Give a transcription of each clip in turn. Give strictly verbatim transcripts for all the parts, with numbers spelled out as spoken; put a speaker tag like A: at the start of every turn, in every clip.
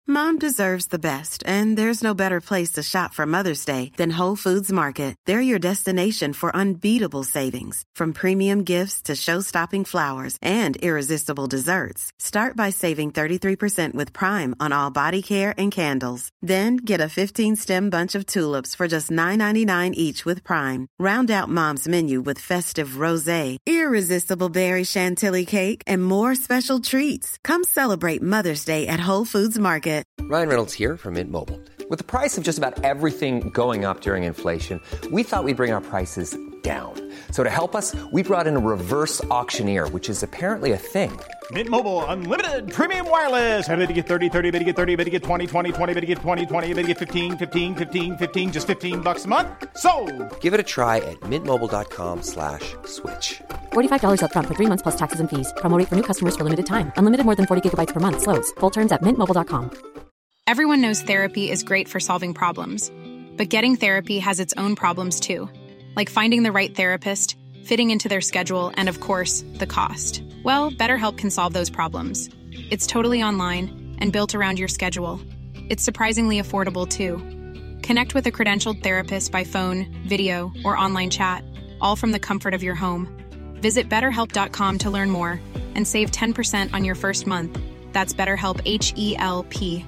A: Mom deserves the best, and there's no better place to shop for Mother's Day than Whole Foods Market. They're your destination for unbeatable savings, from premium gifts to show-stopping flowers and irresistible desserts. Start by saving thirty-three percent with Prime on all body care and candles. Then get a fifteen-stem bunch of tulips for just nine ninety-nine each with Prime. Round out Mom's menu with festive rosé, irresistible berry chantilly cake, and more special treats. Come celebrate Mother's Day at Whole Foods Market.
B: Ryan Reynolds here from Mint Mobile. With the price of just about everything going up during inflation, we thought we'd bring our prices down. So to help us, we brought in a reverse auctioneer, which is apparently a thing.
C: Mint Mobile Unlimited Premium Wireless. How to get thirty, thirty, bit to get thirty, bit to get twenty, twenty, twenty, bit to get twenty, twenty, bit to get fifteen, fifteen, fifteen, fifteen, just fifteen bucks a month? Sold!
B: Give it a try at mintmobile.com slash switch.
D: forty-five dollars up front for three months plus taxes and fees. Promo rate for new customers for limited time. Unlimited more than forty gigabytes per month. Slows full terms at mint mobile dot com.
E: Everyone knows therapy is great for solving problems, but getting therapy has its own problems too, like finding the right therapist, fitting into their schedule, and of course, the cost. Well, BetterHelp can solve those problems. It's totally online and built around your schedule. It's surprisingly affordable too. Connect with a credentialed therapist by phone, video, or online chat, all from the comfort of your home. Visit better help dot com to learn more and save ten percent on your first month. That's BetterHelp, H E L P.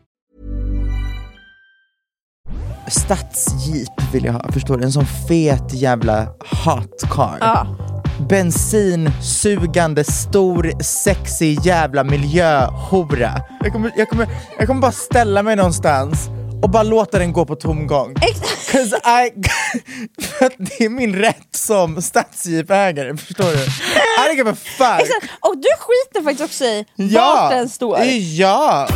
F: Stadsjeep vill jag ha, förstår du? En sån fet jävla hot car.
G: Ja.
F: Bensinsugande, stor, sexy jävla miljöhora. Jag kommer, jag, kommer, jag kommer bara ställa mig någonstans och bara låta den gå på tomgång.
G: Exakt.
F: 'Cause I, för att det är min rätt som stadsjeepägare, förstår du? I don't give a fuck.
G: Exakt. Och du skiter faktiskt också i
F: ja.
G: vart den står.
F: Ja.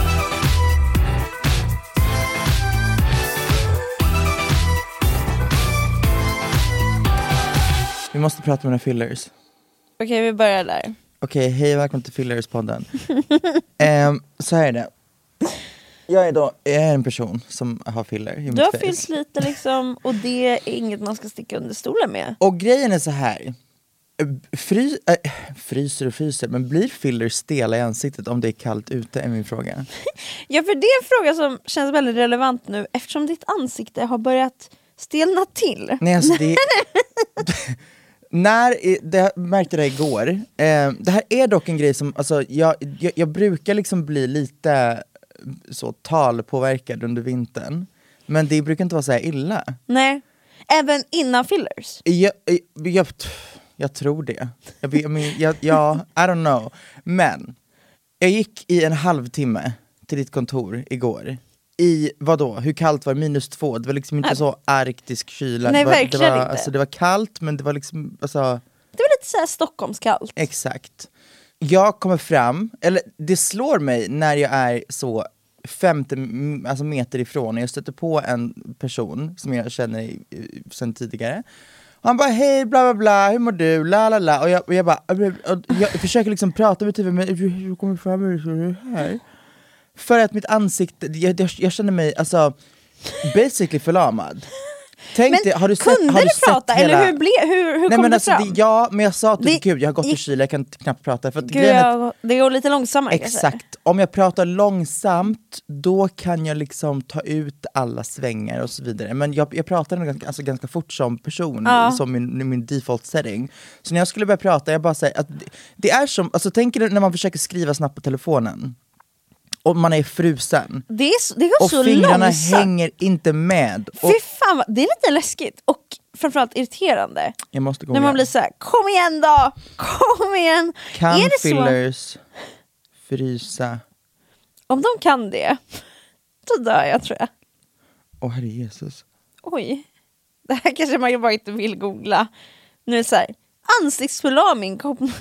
F: Vi måste prata med några fillers.
G: Okej, okay, vi börjar där.
F: Okej, okay, hej och välkommen till Fillers-podden. um, så här är det. Jag är, då, jag är en person som har filler i mitt
G: Du har
F: face.
G: fyllt lite liksom, och det är inget man ska sticka under stolen med.
F: Och grejen är så här. Fry, äh, fryser och fryser, men blir fillers stela i ansiktet om det är kallt ute, är min fråga.
G: Ja, för det är en fråga som känns väldigt relevant nu, eftersom ditt ansikte har börjat stelna till.
F: Nej, alltså det... När, det märkte det igår. Eh, det här är dock en grej som, alltså, jag, jag, jag brukar liksom bli lite så talpåverkad under vintern. Men det brukar inte vara så här illa.
G: Nej, även innan fillers.
F: Jag, jag, jag, jag tror det. Jag, jag, jag, jag, I don't know. Men jag gick i en halvtimme till ditt kontor igår. I vadå? Hur kallt var det? Minus två. Det var liksom inte så arktisk kyla.
G: Nej,
F: det var,
G: verkligen
F: det var,
G: inte.
F: Alltså, det var kallt, men det var liksom alltså...
G: Det var lite så här Stockholmskallt.
F: Exakt. Jag kommer fram, eller det slår mig när jag är så femtio alltså meter ifrån och jag stöter på en person som jag känner sedan tidigare. Och han bara, hej, bla bla bla, hur mår du? La la la. Och jag, och jag bara, och jag försöker liksom prata med typen, men hur kommer fram och så är du här? För att mitt ansikte, jag, jag, jag känner mig alltså basically förlamad. Tänk
G: men
F: dig, har du
G: kunde
F: sett, har
G: du,
F: du
G: prata?
F: Hela...
G: Eller hur, ble, hur, hur
F: Nej,
G: kom
F: men
G: du
F: alltså,
G: fram?
F: det, ja, men jag sa till
G: det,
F: gud, jag har gått
G: i,
F: i kyla, jag kan knappt prata. För att
G: gud, jag, det går lite långsammare.
F: Exakt, kanske. Om jag pratar långsamt, då kan jag liksom ta ut alla svängar och så vidare. Men jag, jag pratar ganska, alltså, ganska fort som person, ja. Som min, min default setting. Så när jag skulle börja prata, jag bara säger att det, det är som, alltså tänk dig när man försöker skriva snabbt på telefonen. Och man är frusen.
G: Det, är, det går
F: och
G: så
F: fingrarna
G: långsamt.
F: hänger inte med.
G: Fy fan, det är lite läskigt. Och framförallt irriterande.
F: Jag måste gå
G: när man blir så här, kom igen då! Kom igen!
F: Kan
G: är det
F: fillers
G: så?
F: frysa?
G: Om de kan det, då dör jag, tror jag.
F: Åh, herre Jesus.
G: Oj. Det här kanske man bara inte vill googla. Nu är det så här, ansiktsförlamning kom.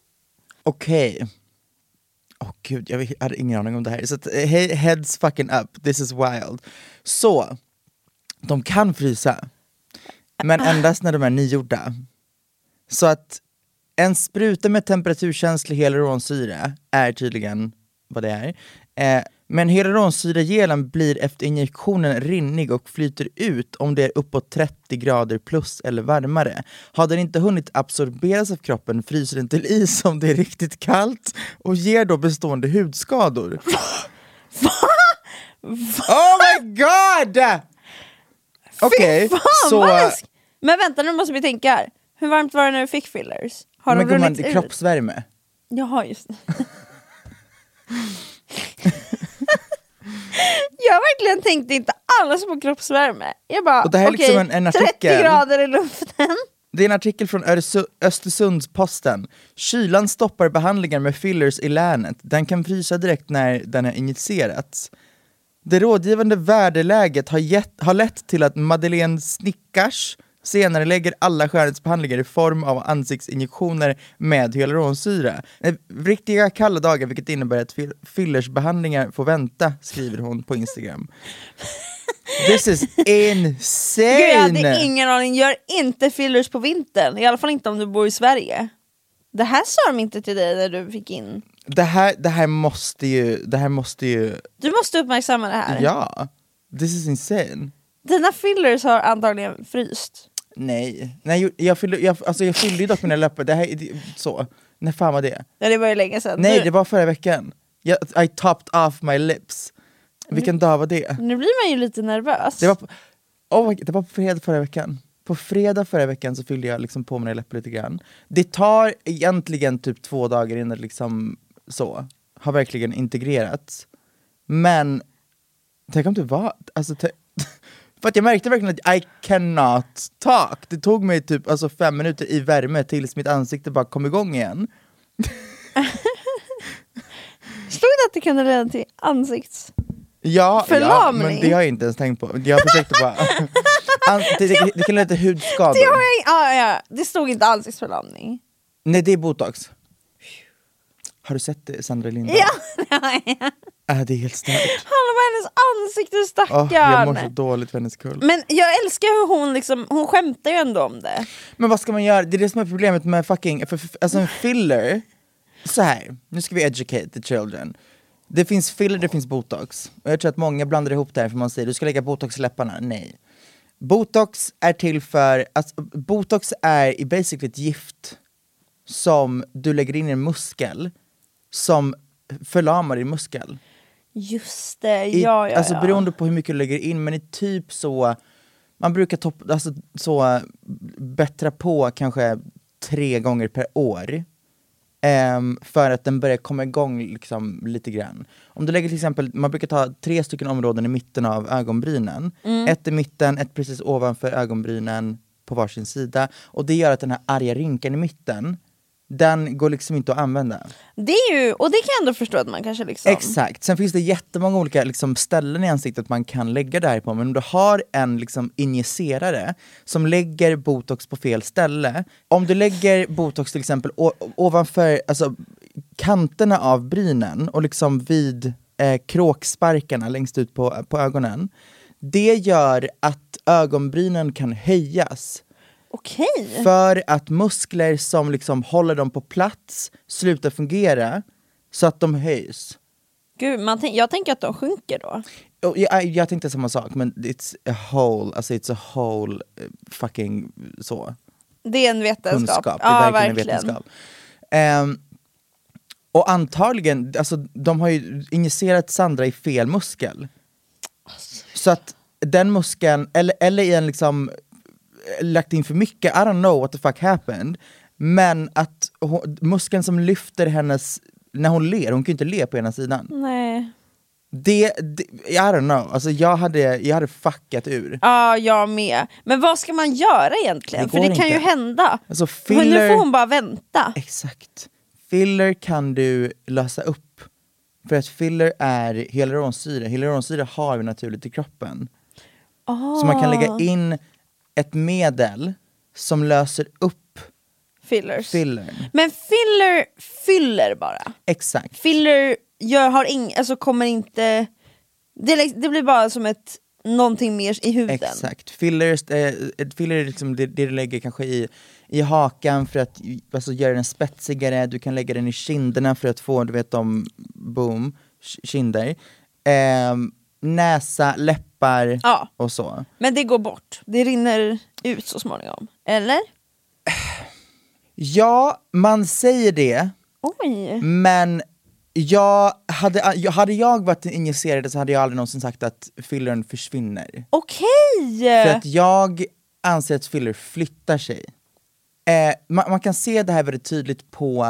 F: Okej. Okay. Åh oh, gud, jag hade ingen aning om det här. Så att, he- heads fucking up, this is wild. Så, de kan frysa. Men endast när de är nygjorda. Så att en spruta med temperaturkänslig hyaluronsyra är tydligen vad det är. Eh, men hyaluronsyragelen blir efter injektionen rinnig och flyter ut om det är uppåt trettio grader plus eller varmare. Har den inte hunnit absorberas av kroppen fryser den till is om det är riktigt kallt och ger då bestående hudskador. Oh my god! Okej,
G: Fy fan,
F: så...
G: vad läsk- Men vänta, nu måste vi tänka här. Hur varmt var det när du fick fillers? Har
F: Men
G: de
F: gumman,
G: runnit ut?
F: kroppsvärme.
G: Jaha, just det. Jag har verkligen tänkte inte alls på kroppsvärme. Jag bara,
F: Och det här är
G: okej,
F: liksom en- en artikel.
G: trettio grader i luften.
F: Det är en artikel från Öresu- Östersunds-Posten. Kylan stoppar behandlingar med fillers i länet. Den kan frysa direkt när den har injicerats. Det rådgivande värdeläget har, gett, har lett till att Madeleine Snickars senare lägger alla skönhetsbehandlingar i form av ansiktsinjektioner med hyaluronsyra. Riktiga kalla dagar, vilket innebär att fill- fillersbehandlingar får vänta, skriver hon på Instagram. This is insane!
G: Gud, jag hade ingen aning. Gör inte fillers på vintern. I alla fall inte om du bor i Sverige. Det här sa de inte till dig när du fick in.
F: Det här, det här måste ju, det här måste ju,
G: Du måste uppmärksamma det här.
F: ja, this is insane.
G: Dina fillers har antagligen fryst.
F: Nej, nej jag, jag, fyllde, jag, alltså jag fyllde ju dock mina läppar, det här, det, så, när fan var det?
G: Ja, det var ju länge sedan.
F: Nej,
G: nu,
F: det var förra veckan. Jag, I topped off my lips. Vilken dag var det?
G: nu blir man ju lite nervös.
F: Det var på, oh, det var på fredag förra veckan. På fredag förra veckan så fyllde jag liksom på mina läppar lite grann. Det tar egentligen typ två dagar innan det liksom så har verkligen integrerats. Men tänk om det var, alltså te, för att jag märkte verkligen att I cannot talk. Det tog mig typ alltså fem minuter i värme tills mitt ansikte bara kom igång igen.
G: Stod det att det kunde leda till ansikts...
F: Ja,
G: Förlamning.
F: ja, men det har jag inte ens tänkt på. Jag försökte bara... An, det, det, det kan leda till hudskador.
G: Det, har jag, ja, ja. Det stod inte ansiktsförlamning.
F: Nej, det är botox. Har du sett det, Sandra Lindahl?
G: Ja, ja, ja.
F: Äh, det är helt stört.
G: Hallå, vad hennes ansikte,
F: Åh,
G: stackarn.
F: jag mår så dåligt för hennes skull.
G: Men jag älskar hur hon liksom, hon skämtar ju ändå om det.
F: Men vad ska man göra? Det är det som är problemet med fucking... För, för, alltså en filler... Så här, nu ska vi educate the children. Det finns filler, det finns botox. Och jag tror att många blandar ihop det här, för man säger du ska lägga botox i läpparna. Nej. Botox är till för... Alltså, botox är i basically ett gift som du lägger in i en muskel som förlamar din muskel.
G: Just det,
F: I,
G: ja ja
F: alltså
G: ja.
F: beroende på hur mycket du lägger in, men i typ så... Man brukar topp, alltså, så bättra på kanske tre gånger per år. Um, för att den börjar komma igång liksom, lite grann. Om du lägger till exempel, man brukar ta tre stycken områden i mitten av ögonbrynen. Mm. Ett i mitten, ett precis ovanför ögonbrynen på varsin sida. Och det gör att den här arga rynkan i mitten, den går liksom inte att använda.
G: Det är ju, och det kan jag ändå förstå att man kanske liksom...
F: Exakt, sen finns det jättemånga olika liksom, ställen i ansiktet man kan lägga det här på. Men om du har en liksom, injicerare som lägger botox på fel ställe. Om du lägger botox till exempel o- ovanför alltså, kanterna av brynen och liksom vid eh, kråksparkarna längst ut på, på ögonen. Det gör att ögonbrynen kan höjas.
G: Okej.
F: För att muskler som liksom håller dem på plats slutar fungera så att de höjs.
G: Gud, man tänk, jag tänker att de sjunker då.
F: Och jag, jag tänkte samma sak, men it's a whole, alltså it's a whole uh, fucking så.
G: Det är en vetenskap.
F: Kunskap, det är
G: Ja,
F: verkligen,
G: verkligen.
F: en vetenskap. Um, och antagligen, alltså de har ju injicerat Sandra i fel muskel. Så att den muskeln, eller, eller i en liksom lagt in för mycket, I don't know what the fuck happened, men att hon, muskeln som lyfter hennes, när hon ler, hon kan ju inte le på ena sidan.
G: Nej.
F: Det, det I don't know, alltså jag hade, jag hade fuckat ur.
G: Ja, jag med. Men vad ska man göra egentligen?
F: Det
G: För
F: går
G: det kan
F: inte.
G: ju hända.
F: Alltså
G: Men nu
F: filler,
G: får hon bara vänta.
F: exakt. Filler kan du lösa upp. För att filler är hyaluronsyra. Hyaluronsyra har vi naturligt i kroppen.
G: Oh.
F: Så man kan lägga in ett medel som löser upp
G: Fillers.
F: fillern.
G: Men filler fyller bara.
F: Exakt.
G: Filler gör, har ing, alltså kommer inte... Det, det blir bara som ett någonting mer i huden.
F: Exakt. Fillers, eh, ett filler är liksom det, det du lägger kanske i, i hakan för att alltså, göra den spetsigare. Du kan lägga den i kinderna för att få, du vet om, boom, kinder. Eh, näsa, läppar
G: Ja.
F: och så.
G: Men det går bort. Det rinner ut så småningom. Eller?
F: Ja, man säger det.
G: Oj.
F: Men Jag hade, jag, hade jag varit injicerad så hade jag aldrig någonsin sagt att fillern försvinner.
G: Okej!
F: För att jag anser att filler flyttar sig. Eh, man, man kan se det här väldigt tydligt på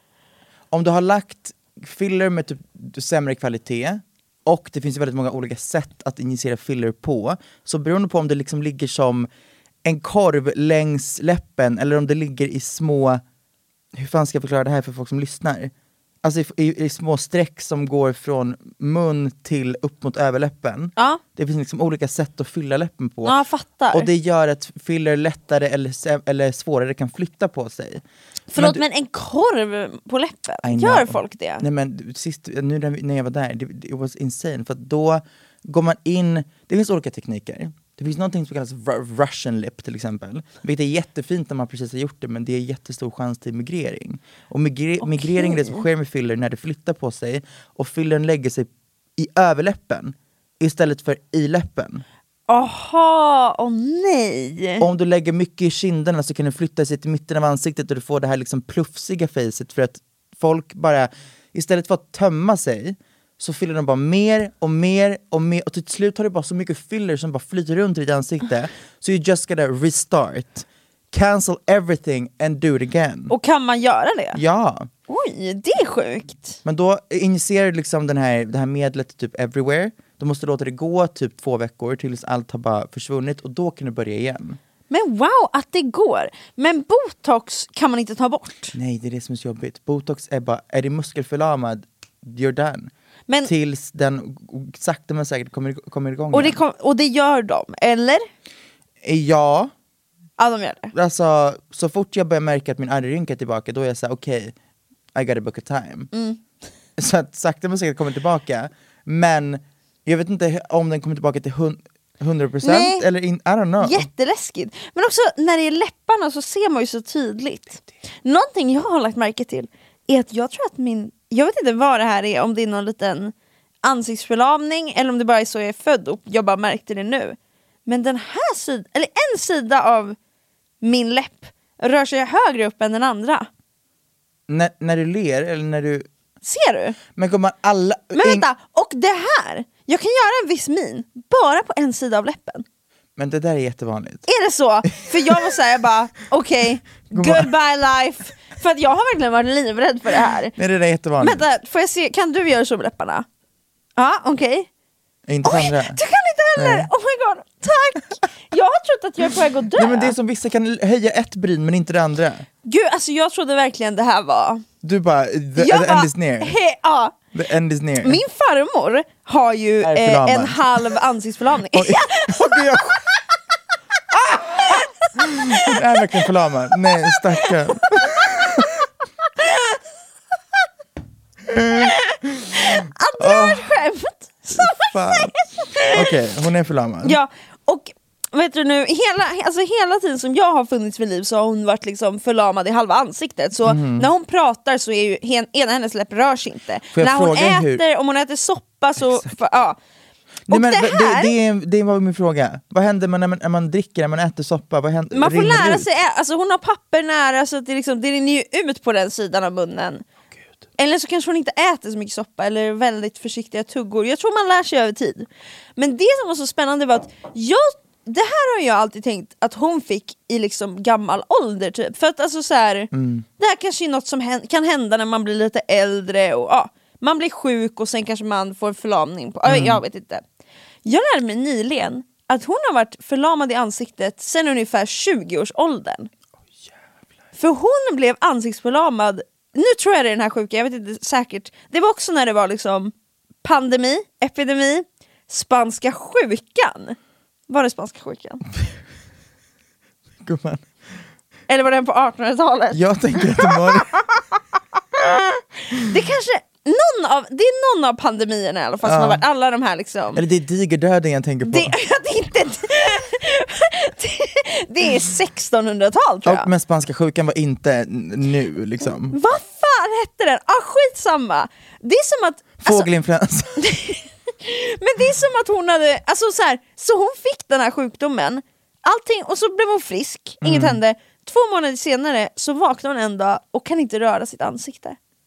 F: om du har lagt filler med typ sämre kvalitet, och det finns ju väldigt många olika sätt att injicera filler på, så beroende på om det liksom ligger som en korv längs läppen eller om det ligger i små, hur fan ska jag förklara det här för folk som lyssnar? Alltså i, i, i små streck som går från mun till upp mot överläppen.
G: Ja.
F: Det finns liksom olika sätt att fylla läppen på.
G: Ja, jag fattar.
F: Och det gör att filler lättare eller, eller svårare kan flytta på sig.
G: Förlåt,
F: men,
G: men en korv på läppen?
F: I
G: Gör
F: know.
G: folk det?
F: Nej men sist, nu när, vi, när jag var där, det, det was insane. För att då går man in, det finns olika tekniker. Det finns någonting som kallas Russian lip till exempel. Vilket är jättefint när man precis har gjort det, men det är jättestor chans till migrering. Och migre-
G: okay.
F: migrering är det som sker med filler när det flyttar på sig. Och fillern lägger sig i överläppen istället för i läppen.
G: Aha, åh oh nej!
F: Och om du lägger mycket i kinderna så kan du flytta sig till mitten av ansiktet och du får det här liksom plufsiga facet. För att folk bara, istället för att tömma sig, så fyller de bara mer och mer och mer. Och till slut har du bara så mycket filler som bara flyter runt i ditt ansikte. Så you just gotta restart. Cancel everything and do it again.
G: Och kan man göra det?
F: Ja.
G: Oj, det är sjukt.
F: Men då injicerar du liksom den här, det här medlet typ everywhere. Då måste du låta det gå typ två veckor tills allt har bara försvunnit. Och då kan du börja igen.
G: Men wow, att det går. Men botox kan man inte ta bort.
F: Nej, det är det som är så jobbigt. Botox är bara, är det muskelförlamad, you're done. Men, tills den sakta men säkert kommer, kommer igång.
G: Och det, kom, och det gör de, eller?
F: Ja.
G: Ja, de gör det.
F: Alltså, så fort jag börjar märka att min arrynka är tillbaka, då är jag såhär, okej, okay, I gotta book a time.
G: Mm.
F: Så att sakta men säkert kommer tillbaka. Men jag vet inte om den kommer tillbaka till hundra procent eller in, I don't know.
G: Jätteläskigt. Men också när det är läpparna så ser man ju så tydligt. Någonting jag har lagt märke till är att jag tror att min, jag vet inte vad det här är, om det är någon liten ansiktsförlamning eller om det bara är så jag är född och jag bara märkte det nu. Men den här sidan, eller en sida av min läpp rör sig högre upp än den andra.
F: N- när du ler eller när du...
G: Ser du?
F: Men kommer alla...
G: Men vänta, och det här, jag kan göra en viss min bara på en sida av läppen.
F: Men det där är jättevanligt.
G: Är det så? För jag var såhär, jag bara, okej, okay, goodbye life. För att jag har verkligen varit livrädd för det här.
F: Nej, det där är jättevanligt.
G: Vänta, får jag se, kan du göra så med läpparna? Ja, okej. Okay.
F: Inte
G: Oj,
F: andra.
G: du kan inte heller! Nej. Oh my god, tack! Jag har trott att jag är på väg att dö.
F: Nej, men det är som vissa kan höja ett bryn men inte det andra.
G: Gud, alltså jag trodde verkligen det här var...
F: Du bara, the, the
G: bara,
F: end is near.
G: He, ja.
F: The end is near.
G: Min farmor har ju eh, en halv ansiktsförlamning.
F: Oj, det är... Hon är verkligen förlamad. Nej, stackarn.
G: Att dra ett skämt.
F: Okej, okay, hon är förlamad.
G: Ja, och vet du nu, hela, alltså hela tiden som jag har funnits vid liv så har hon varit liksom förlamad i halva ansiktet. Så mm. när hon pratar så är ju hen, ena hennes läpp rör sig inte. När hon äter, hur... om hon äter soppa så... För, ja.
F: Nej, men det, här, det, det, är, det var min fråga. Vad händer när man, när man dricker, när man äter soppa? Vad händer?
G: Man får lära
F: ut?
G: sig, alltså hon har papper nära så att det, liksom, det rinner ju ut på den sidan av munnen. Oh, eller så kanske hon inte äter så mycket soppa eller väldigt försiktiga tuggor. Jag tror man lär sig över tid. Men det som var så spännande var att jag, det här har jag alltid tänkt att hon fick i liksom gammal ålder typ. För att alltså så här, mm. det här kanske är något som hän- kan hända när man blir lite äldre och ja, man blir sjuk och sen kanske man får förlamning på, mm. jag vet inte. Jag lärde mig nyligen att hon har varit förlamad i ansiktet sedan ungefär tjugo-årsåldern. Oh, för hon blev ansiktsförlamad, nu tror jag det är den här sjuka, jag vet inte säkert. Det var också när det var liksom pandemi, epidemi, spanska sjukan. Var det spanska sjukan?
F: Gumman.
G: Eller var den på artonhundratalet?
F: Jag tänker att det var
G: det kanske... Någon av, det är någon av pandemierna i alla fall, ja. Som har varit alla de här liksom.
F: Eller det är digerdöden jag tänker på.
G: Det, det, är, inte, det, det är sextonhundratal tror jag.
F: Och, men spanska sjukan var inte nu liksom.
G: Vad fan hette den? Ah, skitsamma. Det är som att
F: fågelinfluensa.
G: Alltså, men det är som att hon hade alltså, så, här, så hon fick den här sjukdomen. Allting, och så blev hon frisk. Inget mm. hände. Två månader senare så vaknade hon en dag och kan inte röra sitt ansikte.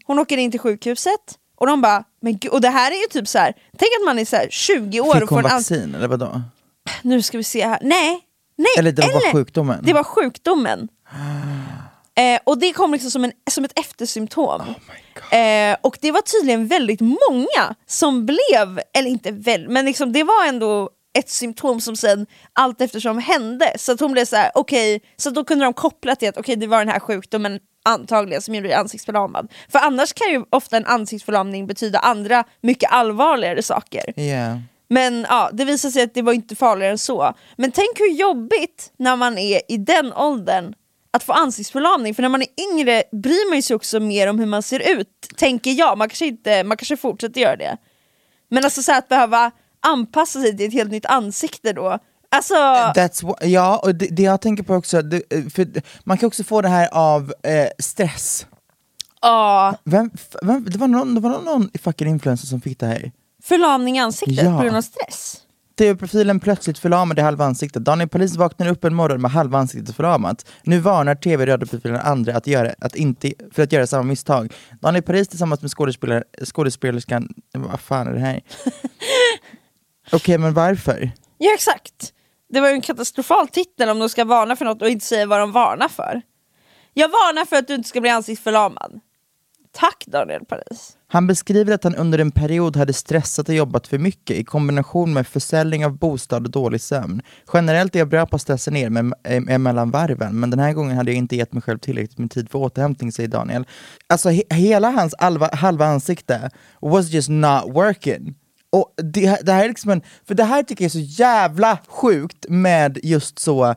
G: Hon åker in till sjukhuset och de bara, men gud, och det här är ju typ så här. Tänk att man är så här tjugo år.
F: Fick
G: och får
F: hon
G: en
F: vaccin
G: ans-
F: eller vadå?
G: Nu ska vi se här. Nej, nej.
F: Eller det var bara sjukdomen?
G: Det var sjukdomen. eh, och det kom liksom som, en, som ett eftersymptom.
F: Oh my God.
G: Eh, och det var tydligen väldigt många som blev, eller inte väl, men liksom det var ändå ett symptom som sen allt eftersom hände. Så att hon blev så här, okej, okay, så då kunde de koppla till att okej, okay, det var den här sjukdomen antagligen som gjorde dig ansiktsförlamad. För annars kan ju ofta en ansiktsförlamning betyda andra mycket allvarligare saker.
F: Yeah.
G: Men ja, det visar sig att det var inte farligare än så. Men tänk hur jobbigt när man är i den åldern att få ansiktsförlamning. För när man är yngre bryr man sig också mer om hur man ser ut, tänker jag. Man kanske, inte, man kanske fortsätter göra det. Men alltså så här, att behöva anpassa sig till ett helt nytt ansikte då. Alltså...
F: That's what, ja, och det, det jag tänker på också, det, för man kan också få det här av eh, stress.
G: Ja.
F: Vem, vem, det var någon, det var någon fucking influencer som fick det här.
G: Förlamning i ansiktet
F: Ja.
G: på grund av stress.
F: T V-profilen plötsligt förlamade halva ansiktet. Daniel Paris vaknar upp en morgon med halva ansiktet förlamat. Nu varnar T V-radioprofilen andra att göra, att inte, för att göra samma misstag. Daniel Paris tillsammans med skådespelare, skådespelerskan... Vad fan är det här? Okej, okay, men varför?
G: Ja, exakt. Det var ju en katastrofal titel om de ska varna för något och inte säga vad de varnar för. Jag varnar för att du inte ska bli ansiktsförlamad. Tack Daniel Paris. Han
F: beskriver att han under en period hade stressat och jobbat för mycket i kombination med försäljning av bostad och dålig sömn. Generellt är jag bra på att stressa ner med, med, mellan varven, men den här gången hade jag inte gett mig själv tillräckligt med tid för återhämtning, säger Daniel. Alltså he, hela hans alva, halva ansikte was just not working. Och det, det här är liksom en, för det här tycker jag är så jävla sjukt med just så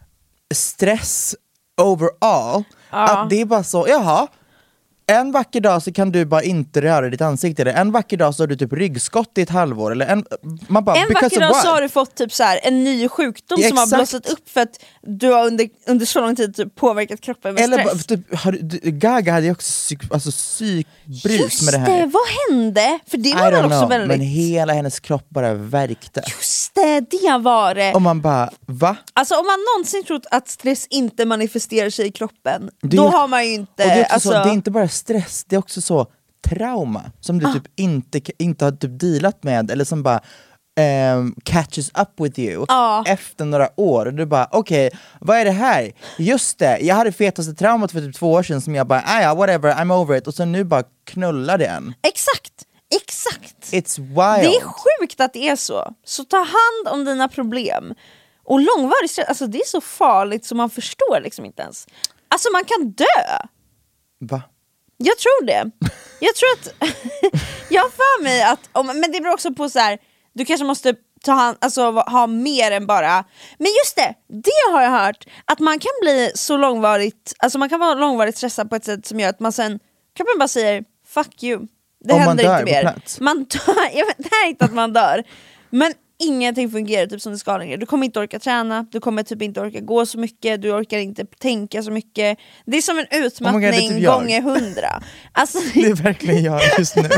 F: stress overall,
G: ja.
F: Att det är bara så, jaha, en vacker dag så kan du bara inte röra ditt ansikte, eller en vacker dag så har du typ ryggskott i ett halvår, eller en, man bara,
G: en vacker dag så har du fått typ så här, en ny sjukdom, ja, som har blossat upp för att du har under, under så lång tid typ påverkat kroppen med
F: eller
G: stress.
F: Typ, har, du, Gaga hade ju också psyk, alltså, psykbrus
G: Just
F: med det här.
G: Det, vad hände? För det var
F: I don't
G: också
F: know,
G: väldigt...
F: men hela hennes kropp bara värkte.
G: Just det, det var det.
F: Och man bara, va?
G: Alltså om man någonsin trott att stress inte manifesterar sig i kroppen,
F: det
G: då
F: är,
G: har man ju inte...
F: Och det, är också
G: alltså...
F: så, det är inte bara stress, det är också så trauma som du
G: ah.
F: typ inte, inte har typ dealat med, eller som bara um, catches up with you
G: ah.
F: efter några år. Och du bara, okej, okay, vad är det här? Just det, jag hade fetaste traumat för typ två år sedan som jag bara, ah, ja, whatever, I'm over it. Och så nu bara knullar det en.
G: Exakt, exakt.
F: It's wild.
G: Det är sjukt att det är så. Så ta hand om dina problem. Och långvarig stress, alltså det är så farligt som man förstår liksom inte ens. Alltså man kan dö.
F: Va?
G: Jag tror det. Jag tror att jag har för mig att, men det beror också på så här, du kanske måste ta hand, alltså ha mer än bara. Men just det, det har jag hört, att man kan bli så långvarigt, alltså man kan vara långvarigt stressad på ett sätt som gör att man sen kroppen bara säger fuck you. Det
F: Om
G: händer
F: man dör
G: inte mer.
F: på plats.
G: Man dör, jag vet, det här är inte att man dör, men ingenting fungerar typ som det ska längre. Du kommer inte orka träna, du kommer typ inte orka gå så mycket, du orkar inte tänka så mycket. Det är som en utmattning
F: oh God, typ
G: gånger hundra. Alltså,
F: det är verkligen jag just nu.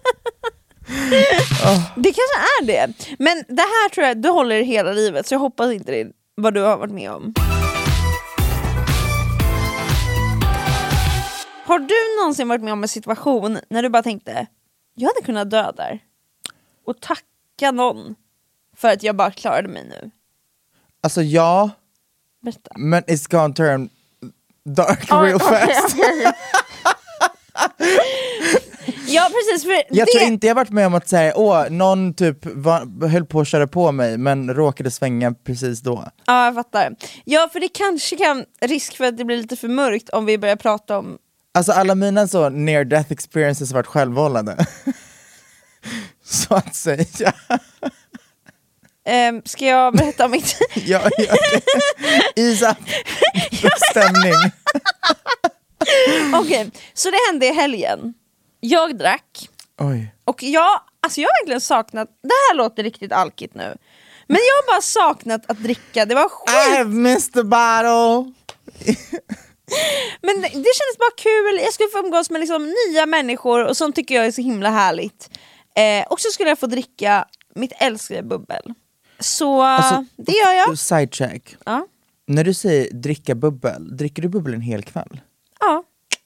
G: oh. Det kanske är det. Men det här tror jag, du håller hela livet, så jag hoppas inte det är vad du har varit med om. Har du någonsin varit med om en situation när du bara tänkte, jag hade kunnat dö där? Och tacka någon för att jag bara klarade mig nu.
F: Alltså ja.
G: Berätta.
F: Men it's gonna turn dark oh, real fast.
G: Ja precis, för
F: jag
G: det...
F: tror inte jag varit med om att säga, åh, någon typ var, höll på att köra på mig men råkade svänga precis då.
G: Ja, jag fattar. Ja, för det kanske kan risk för att det blir lite för mörkt om vi börjar prata om...
F: Alltså alla mina så near death experiences har varit självvållande. Så att säga.
G: Um, ska jag berätta om mitt...
F: Ja, gör det. Isa, stämning.
G: Okej, okay, så det hände i helgen. Jag drack.
F: Oj.
G: Och jag, alltså jag har verkligen saknat... Det här låter riktigt alkigt nu. Men jag har bara saknat att dricka. Det var skit.
F: I have missed the bottle.
G: Men det, det kändes bara kul. Jag skulle få umgås med liksom nya människor. Och sånt tycker jag är så himla härligt. eh, Och så skulle jag få dricka mitt älskade bubbel. Så alltså, det gör jag.
F: Sidecheck.
G: Ja.
F: När du säger dricka bubbel, dricker du bubbel en hel kväll?
G: Ja.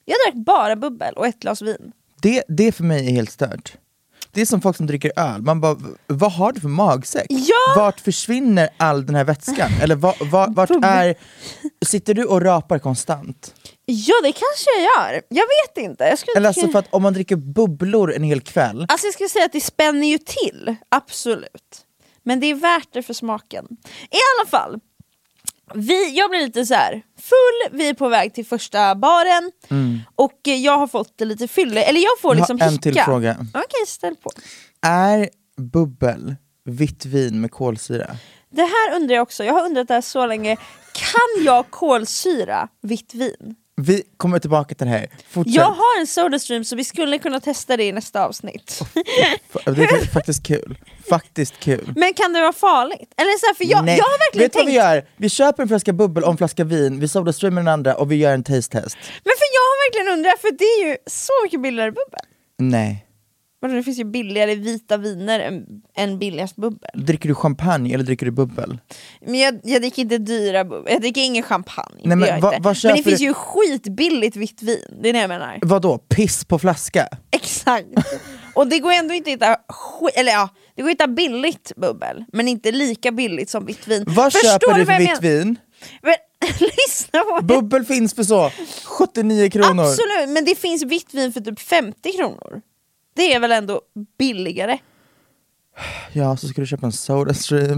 G: Jag drack bara bubbel och ett glas vin.
F: Det, det för mig är helt stört. Det är som folk som dricker öl. Man bara, vad har du för magsäck?
G: Ja!
F: Vart försvinner all den här vätskan? Eller var, var, vart är... Sitter du och rapar konstant?
G: Ja, det kanske jag gör. Jag vet inte. Jag skulle
F: Eller
G: inte...
F: alltså för att om man dricker bubblor en hel kväll.
G: Alltså jag skulle säga att det spänner ju till. Absolut. Men det är värt det för smaken. I alla fall. Vi, jag blir lite så här full, vi är på väg till första baren mm. och jag har fått lite fylle, eller jag får liksom
F: jag har
G: hicka.
F: en till fråga.
G: Okej, ställ på.
F: Är bubbel vitt vin med kolsyra?
G: Det här undrar jag också, jag har undrat det här så länge. Kan jag kolsyra vitt vin?
F: Vi kommer tillbaka till det här. Fortsätt.
G: Jag har en SodaStream så vi skulle kunna testa det i nästa avsnitt.
F: Det är faktiskt kul. Faktiskt kul.
G: Men kan det vara farligt? Eller så här, för jag, jag har verkligen
F: Vet
G: tänkt...
F: vad vi gör? Vi köper en flaska bubbel och en flaska vin, vi SodaStreamar den andra och vi gör en taste-test.
G: Men för jag har verkligen undrat, för det är ju så mycket billigare bubbel.
F: Nej.
G: Det finns ju billigare vita viner än, än billigast bubbel.
F: Dricker du champagne eller dricker du bubbel?
G: Men jag, jag dricker inte dyra bubbel. Jag dricker ingen champagne.
F: Nej, men, va, va
G: men det finns ju skitbilligt vitt vin. Det är det jag menar.
F: Vadå? Piss på flaska?
G: Exakt. Och det går ändå inte att hitta sk- eller ja, det går att hitta billigt bubbel, men inte lika billigt som vitt vin.
F: Vad
G: Förstår
F: köper du för vitt
G: men...
F: vin?
G: Men, lyssna på
F: bubbel finns för så sjuttionio kronor.
G: Absolut, men det finns vitt vin för typ femtio kronor. Det är väl ändå billigare?
F: Ja, så ska du köpa en SodaStream.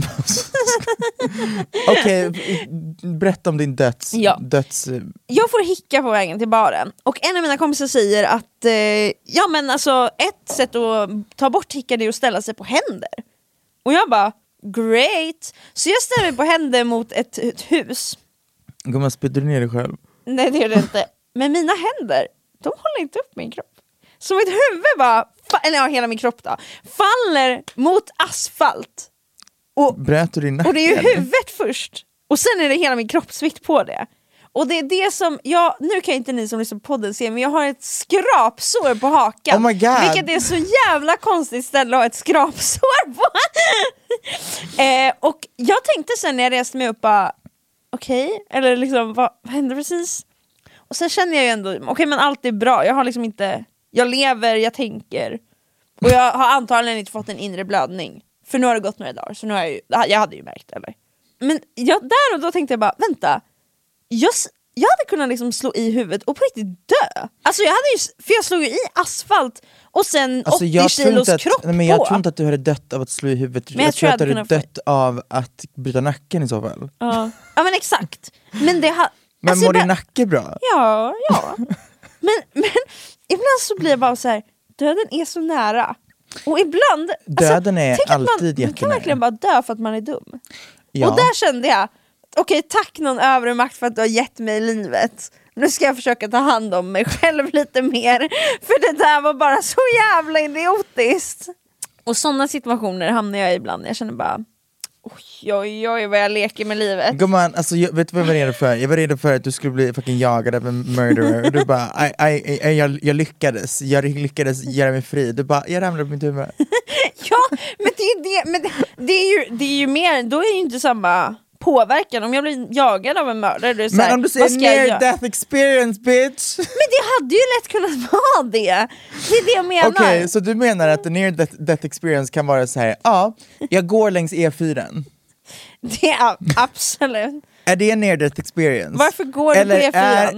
F: Okej, okay, berätta om din döds,
G: ja.
F: döds...
G: Jag får hicka på vägen till baren. Och en av mina kompisar säger att eh, ja men alltså ett sätt att ta bort hicka är att ställa sig på händer. Och jag bara, great. Så jag ställer mig på händer mot ett, ett hus.
F: Gumman, spydde du ner dig själv?
G: Nej, det gör det inte. Men mina händer, de håller inte upp min kropp. Så mitt huvud bara, eller ja, hela min kropp då, faller mot asfalt. Och,
F: Bröt du din nacke?
G: och det är ju huvudet först. Och sen är det hela min kroppsvikt på det. Och det är det som, jag, nu kan inte ni som lyssnar på podden se, men jag har ett skrapsår på hakan.
F: Oh my God.
G: Vilket är så jävla konstigt ställe att ha ett skrapsår på. eh, och jag tänkte sen när jag reste mig upp, okej, okay, eller liksom, vad, vad hände precis? Och sen känner jag ju ändå, okej okay, men allt är bra, jag har liksom inte... Jag lever, jag tänker. Och jag har antagligen inte fått en inre blödning. För nu har det gått några dagar. Så nu har jag ju, jag hade ju märkt, eller? Men jag, där och då tänkte jag bara, vänta. Jag, jag hade kunnat liksom slå i huvudet och på riktigt dö. Alltså jag hade ju, för jag slog ju i asfalt. Och sen
F: alltså,
G: åttio kilos
F: att,
G: kropp
F: nej, men Jag
G: på.
F: tror inte att du hade dött av att slå i huvudet.
G: Men jag,
F: jag tror att du hade dött
G: få...
F: av att bryta nacken i så fall.
G: Ja, ja men exakt. Men det ha...
F: Men
G: alltså,
F: mår din
G: bara...
F: nacke bra?
G: Ja, ja. men, men ibland så blir jag bara så här, döden är så nära. Och ibland,
F: döden
G: alltså,
F: är alltid
G: man,
F: jättenära.
G: man kan verkligen bara dö för att man är dum.
F: Ja.
G: Och där kände jag, okej, okay, tack någon övre makt för att du har gett mig livet. Nu ska jag försöka ta hand om mig själv lite mer. För det där var bara så jävla idiotiskt. Och sådana situationer hamnar jag i ibland. Jag känner bara, oj oj oj vad jag leker med livet.
F: Gumman, alltså, jag, vet du vad jag var redo för? Jag var redo för att du skulle bli fucking jagad av en murderer. Och du bara, I, I, I, jag, jag lyckades. Jag lyckades göra mig fri. Du bara, jag ramlade på mitt huvud.
G: Ja, men det är det, men det, det är ju det är ju mer, då är det ju inte samma påverkan. Om jag blir jagad av en mördare, det är så
F: men
G: här,
F: om du säger near death experience, bitch.
G: Men det hade ju lätt kunnat vara det. Det är det jag menar.
F: Okej, okay, så du menar att the near death, death experience kan vara så här, ja, jag går längs E fyra.
G: Det är absolut.
F: Är det en near death experience?
G: Varför går du
F: eller
G: på E fyra?
F: Är...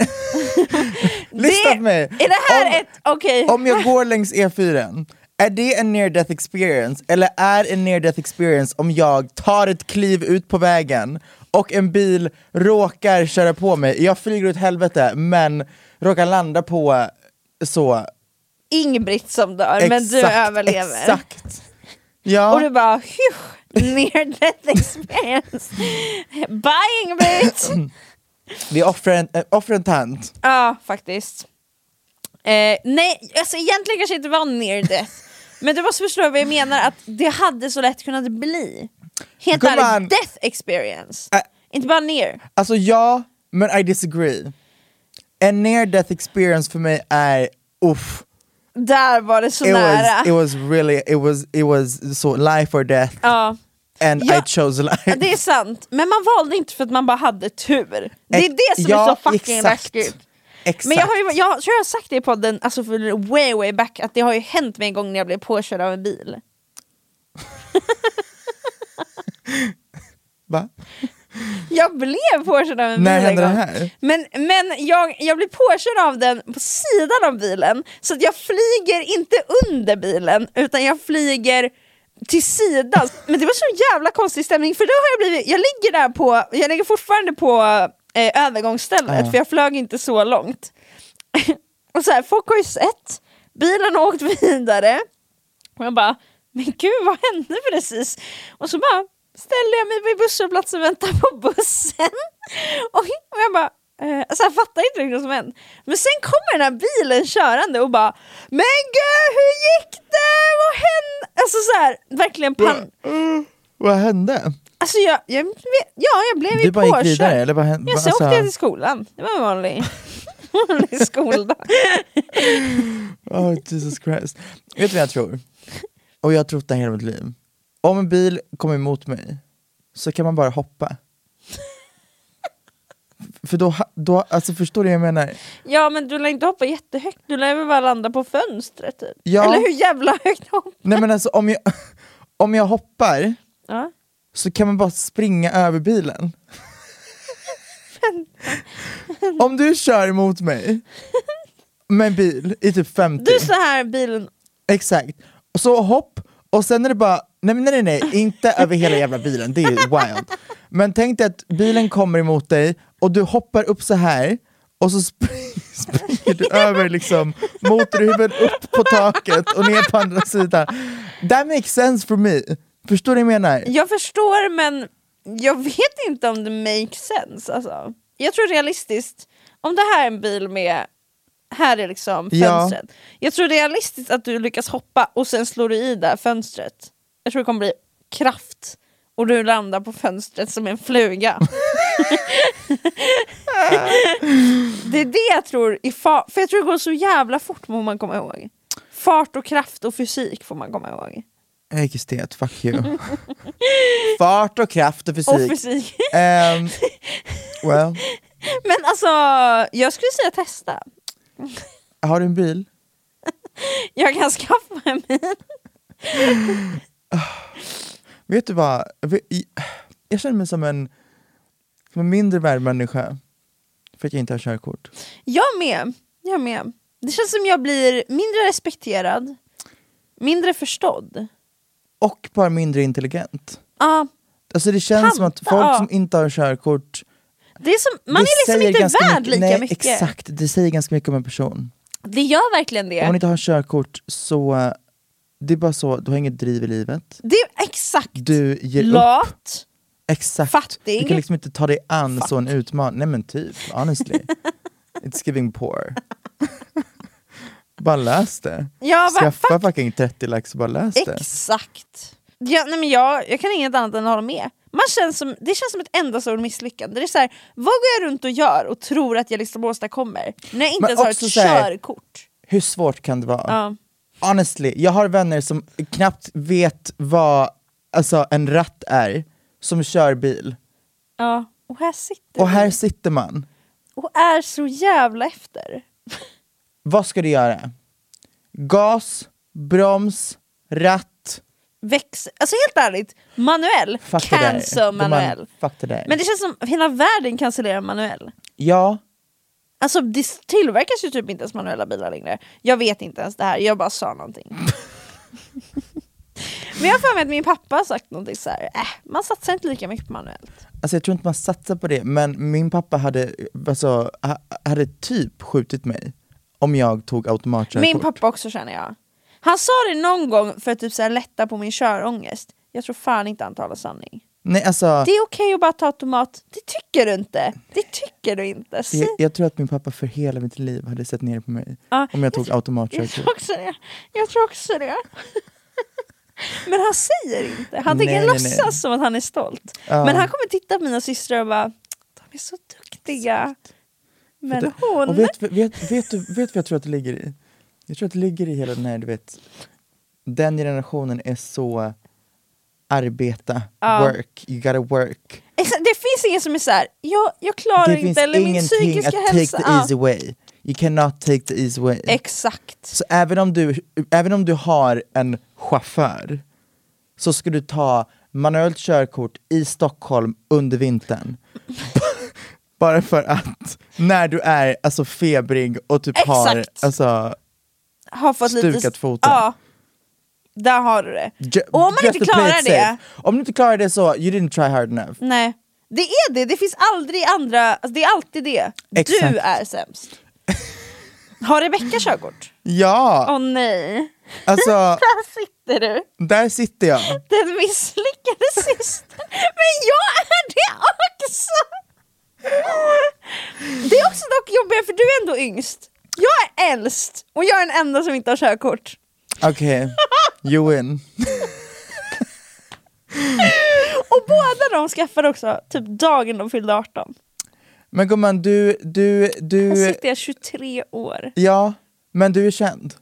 F: Lyssna på mig.
G: Är det här
F: om,
G: ett, okej. Okay.
F: Om jag går längs E fyra, är det en near death experience? Eller är en near death experience om jag tar ett kliv ut på vägen och en bil råkar köra på mig, jag flyger ut helvete men råkar landa på så
G: Ingebritt som dör,
F: exakt,
G: men du överlever.
F: Exakt. Ja.
G: Och du bara, hysch, near death experience. Bye Ingebritt.
F: Vi offrar en, äh, offrar en tant.
G: Ja, faktiskt. Eh, nej, alltså egentligen kanske inte var near death. Men du måste förstå vad jag menar, att det hade så lätt kunnat bli. Helt ärligt, death experience. Äh, inte bara near.
F: Alltså ja, men I disagree. En near death experience för mig är uff.
G: Där var det så
F: it
G: nära.
F: Was, it was really, it was, it was so life or death.
G: Ja.
F: And ja, I chose life.
G: Det är sant, men man valde inte för att man bara hade tur. Det är
F: Ex-
G: det som
F: ja,
G: är så fucking
F: exakt.
G: läskigt.
F: Exakt.
G: Men jag, har ju, jag tror jag har sagt det i podden, alltså för way way back, att det har ju hänt mig en gång när jag blev påkörd av en bil.
F: Va?
G: Jag blev påkörd av en
F: När
G: bil
F: hände
G: en
F: det
G: gång.
F: här?
G: Men, men jag, jag blev påkörd av den på sidan av bilen. Så att jag flyger inte under bilen, utan jag flyger till sidan. Men det var så jävla konstig stämning, för då har jag blivit, jag ligger där på, jag ligger fortfarande på eh, övergångsstället, uh. för jag flög inte så långt. Och så här, folk har ju sett, bilen har åkt vidare. Och jag bara, men gud, vad hände precis? Och så bara ställde jag mig vid busshållplatsen och väntade på bussen. Och jag bara, eh, alltså jag fattar inte riktigt vad som hände. Men sen kommer den här bilen körande och bara, men gud, hur gick det? Vad hände? Alltså så här, verkligen pan...
F: Mm. Vad hände?
G: Alltså jag, jag, ja, jag blev ju
F: du bara
G: påkörd.
F: Gick vidare, eller vad hände?
G: Ja, så
F: alltså...
G: åkte jag till skolan. Det var en vanlig, vanlig skoldag.
F: Oh Jesus Christ. Vet du vad jag tror? Och jag har trott det hela mitt liv. Om en bil kommer emot mig så kan man bara hoppa. För då, då alltså förstår du vad jag menar?
G: Ja, men du lär inte hoppa jättehögt. Du lär väl bara landa på fönstret typ.
F: Ja.
G: Eller hur jävla högt hoppar?
F: Nej men alltså om jag, om jag hoppar
G: ja.
F: så kan man bara springa över bilen. Om du kör emot mig med en bil i typ femtio.
G: Du är så här bilen.
F: Exakt. Och så hopp. Och sen är det bara, nej nej nej, inte över hela jävla bilen, det är wild. Men tänk dig att bilen kommer emot dig och du hoppar upp så här och så spring, springer du över liksom motorhuvudet upp på taket och ner på andra sidan. That makes sense for me. Förstår du vad jag menar?
G: Jag förstår, men jag vet inte om det makes sense alltså. Jag tror realistiskt, om det här är en bil med, här är liksom fönstret. Ja. Jag tror realistiskt att du lyckas hoppa och sen slår du i där fönstret. Jag tror det kommer bli kraft och du landar på fönstret som en fluga. Det är det jag tror i fa- för jag tror det går så jävla fort, må man komma ihåg. Fart och kraft och fysik får man komma ihåg.
F: Äggestet, fuck you. Fart och kraft och fysik.
G: Och fysik.
F: um, well.
G: Men alltså, jag skulle säga testa.
F: Har du en bil?
G: Jag kan skaffa en bil.
F: Vet du vad? Jag känner mig som en, som en mindre värd människa för att jag inte har körkort.
G: Jag med. Jag med. Det känns som jag blir mindre respekterad, mindre förstådd.
F: Och bara mindre intelligent.
G: Ja.
F: Alltså det känns
G: Panta,
F: som att folk
G: ja.
F: som inte har körkort,
G: det är som, man är liksom inte värd lika
F: nej,
G: mycket.
F: Exakt, det säger ganska mycket om en person.
G: Det gör verkligen det.
F: Om man inte har körkort så, det är bara så, du har inget driv i livet.
G: Det är exakt.
F: Du ger
G: lat.
F: upp. Exakt.
G: Fattig.
F: Du kan liksom inte ta dig an
G: Fuck.
F: så en utmaning. Nej men typ, honestly. It's giving poor. Bara läs det.
G: Ja,
F: Skaffa
G: fuck.
F: fucking trettio lax och bara läs det.
G: Exakt. Ja, nej men jag, jag kan inget annat än att hålla med. Man känns som, det känns som ett enda stort misslyckande. Det är så här, vad går jag runt och gör och tror att jag liksom åstadkommer när jag inte
F: Men
G: ens har ett
F: också så här,
G: körkort?
F: Hur svårt kan det vara?
G: Ja.
F: Honestly, jag har vänner som knappt vet vad alltså, en ratt är, som kör bil.
G: Ja, och här sitter
F: Och här
G: vi.
F: sitter man.
G: Och är så jävla efter.
F: Vad ska du göra? Gas, broms, ratt.
G: Växel. Alltså helt ärligt, manuell.
F: Fuck det där.
G: Cancel manuell.
F: Man, fuck det där.
G: Men det känns som hela världen cancellerar manuell.
F: Ja.
G: Alltså det tillverkas ju typ inte ens manuella bilar längre. Jag vet inte ens det här, jag bara sa någonting. Men jag har för mig att min pappa har sagt någonting så här. Äh, man satsar inte lika mycket på manuellt.
F: Alltså jag tror inte man satsar på det, men min pappa hade, alltså, hade typ skjutit mig om jag tog automatkörkort.
G: Min pappa också, känner jag. Han sa det någon gång för att typ så här lätta på min körångest. Jag tror fan inte han talar sanning.
F: Nej, alltså,
G: det är okej att bara ta automat. Det tycker du inte. Det tycker du inte.
F: jag, jag tror att min pappa för hela mitt liv hade sett ner på mig
G: ja,
F: om jag tog
G: jag
F: automatkörkort.
G: Jag tror också det. Jag tror också det. Men han säger inte. Han tänker
F: nej,
G: låtsas
F: nej.
G: som att han är stolt.
F: Ja.
G: Men han kommer titta på mina systrar och bara, de är så duktiga. Men
F: det,
G: hon...
F: Och vet, vet, vet, vet, du, vet vad jag tror att det ligger i? Jag tror att det ligger i hela den här, du vet, den generationen är så arbeta,
G: ja.
F: work, you gotta work.
G: Det finns ingen som är så här, jag, jag klarar
F: det
G: inte, eller min psykiska
F: att
G: hälsa.
F: take the easy way. You cannot take the easy way.
G: Exakt.
F: Så även om du, även om du har en chaufför så ska du ta manuellt körkort i Stockholm under vintern. Bara för att när du är alltså febrig och typ
G: Exakt.
F: har alltså,
G: har fått
F: stukat
G: lite...
F: foten.
G: Ja, där har du det.
F: Ju-
G: Och om man
F: just
G: inte
F: to play
G: klarar
F: it
G: det...
F: safe. Om du inte klarar det så, you didn't try hard enough.
G: Nej, det är det. Det finns aldrig andra... Alltså det är alltid det.
F: Exakt.
G: Du är sämst. Har Rebecca körkort?
F: Ja,
G: Åh oh, nej.
F: alltså
G: Där sitter du.
F: där sitter jag.
G: Den misslyckade syster. Men jag är det också. Det är också dock jobbigare för du är ändå yngst. Jag är äldst och jag är den enda som inte har körkort.
F: Okej, okay. You win.
G: Och båda de skaffade också typ dagen de fyllde arton.
F: Men gumman, du, du, du...
G: Här sitter jag tjugotre år.
F: Ja, men du är känd.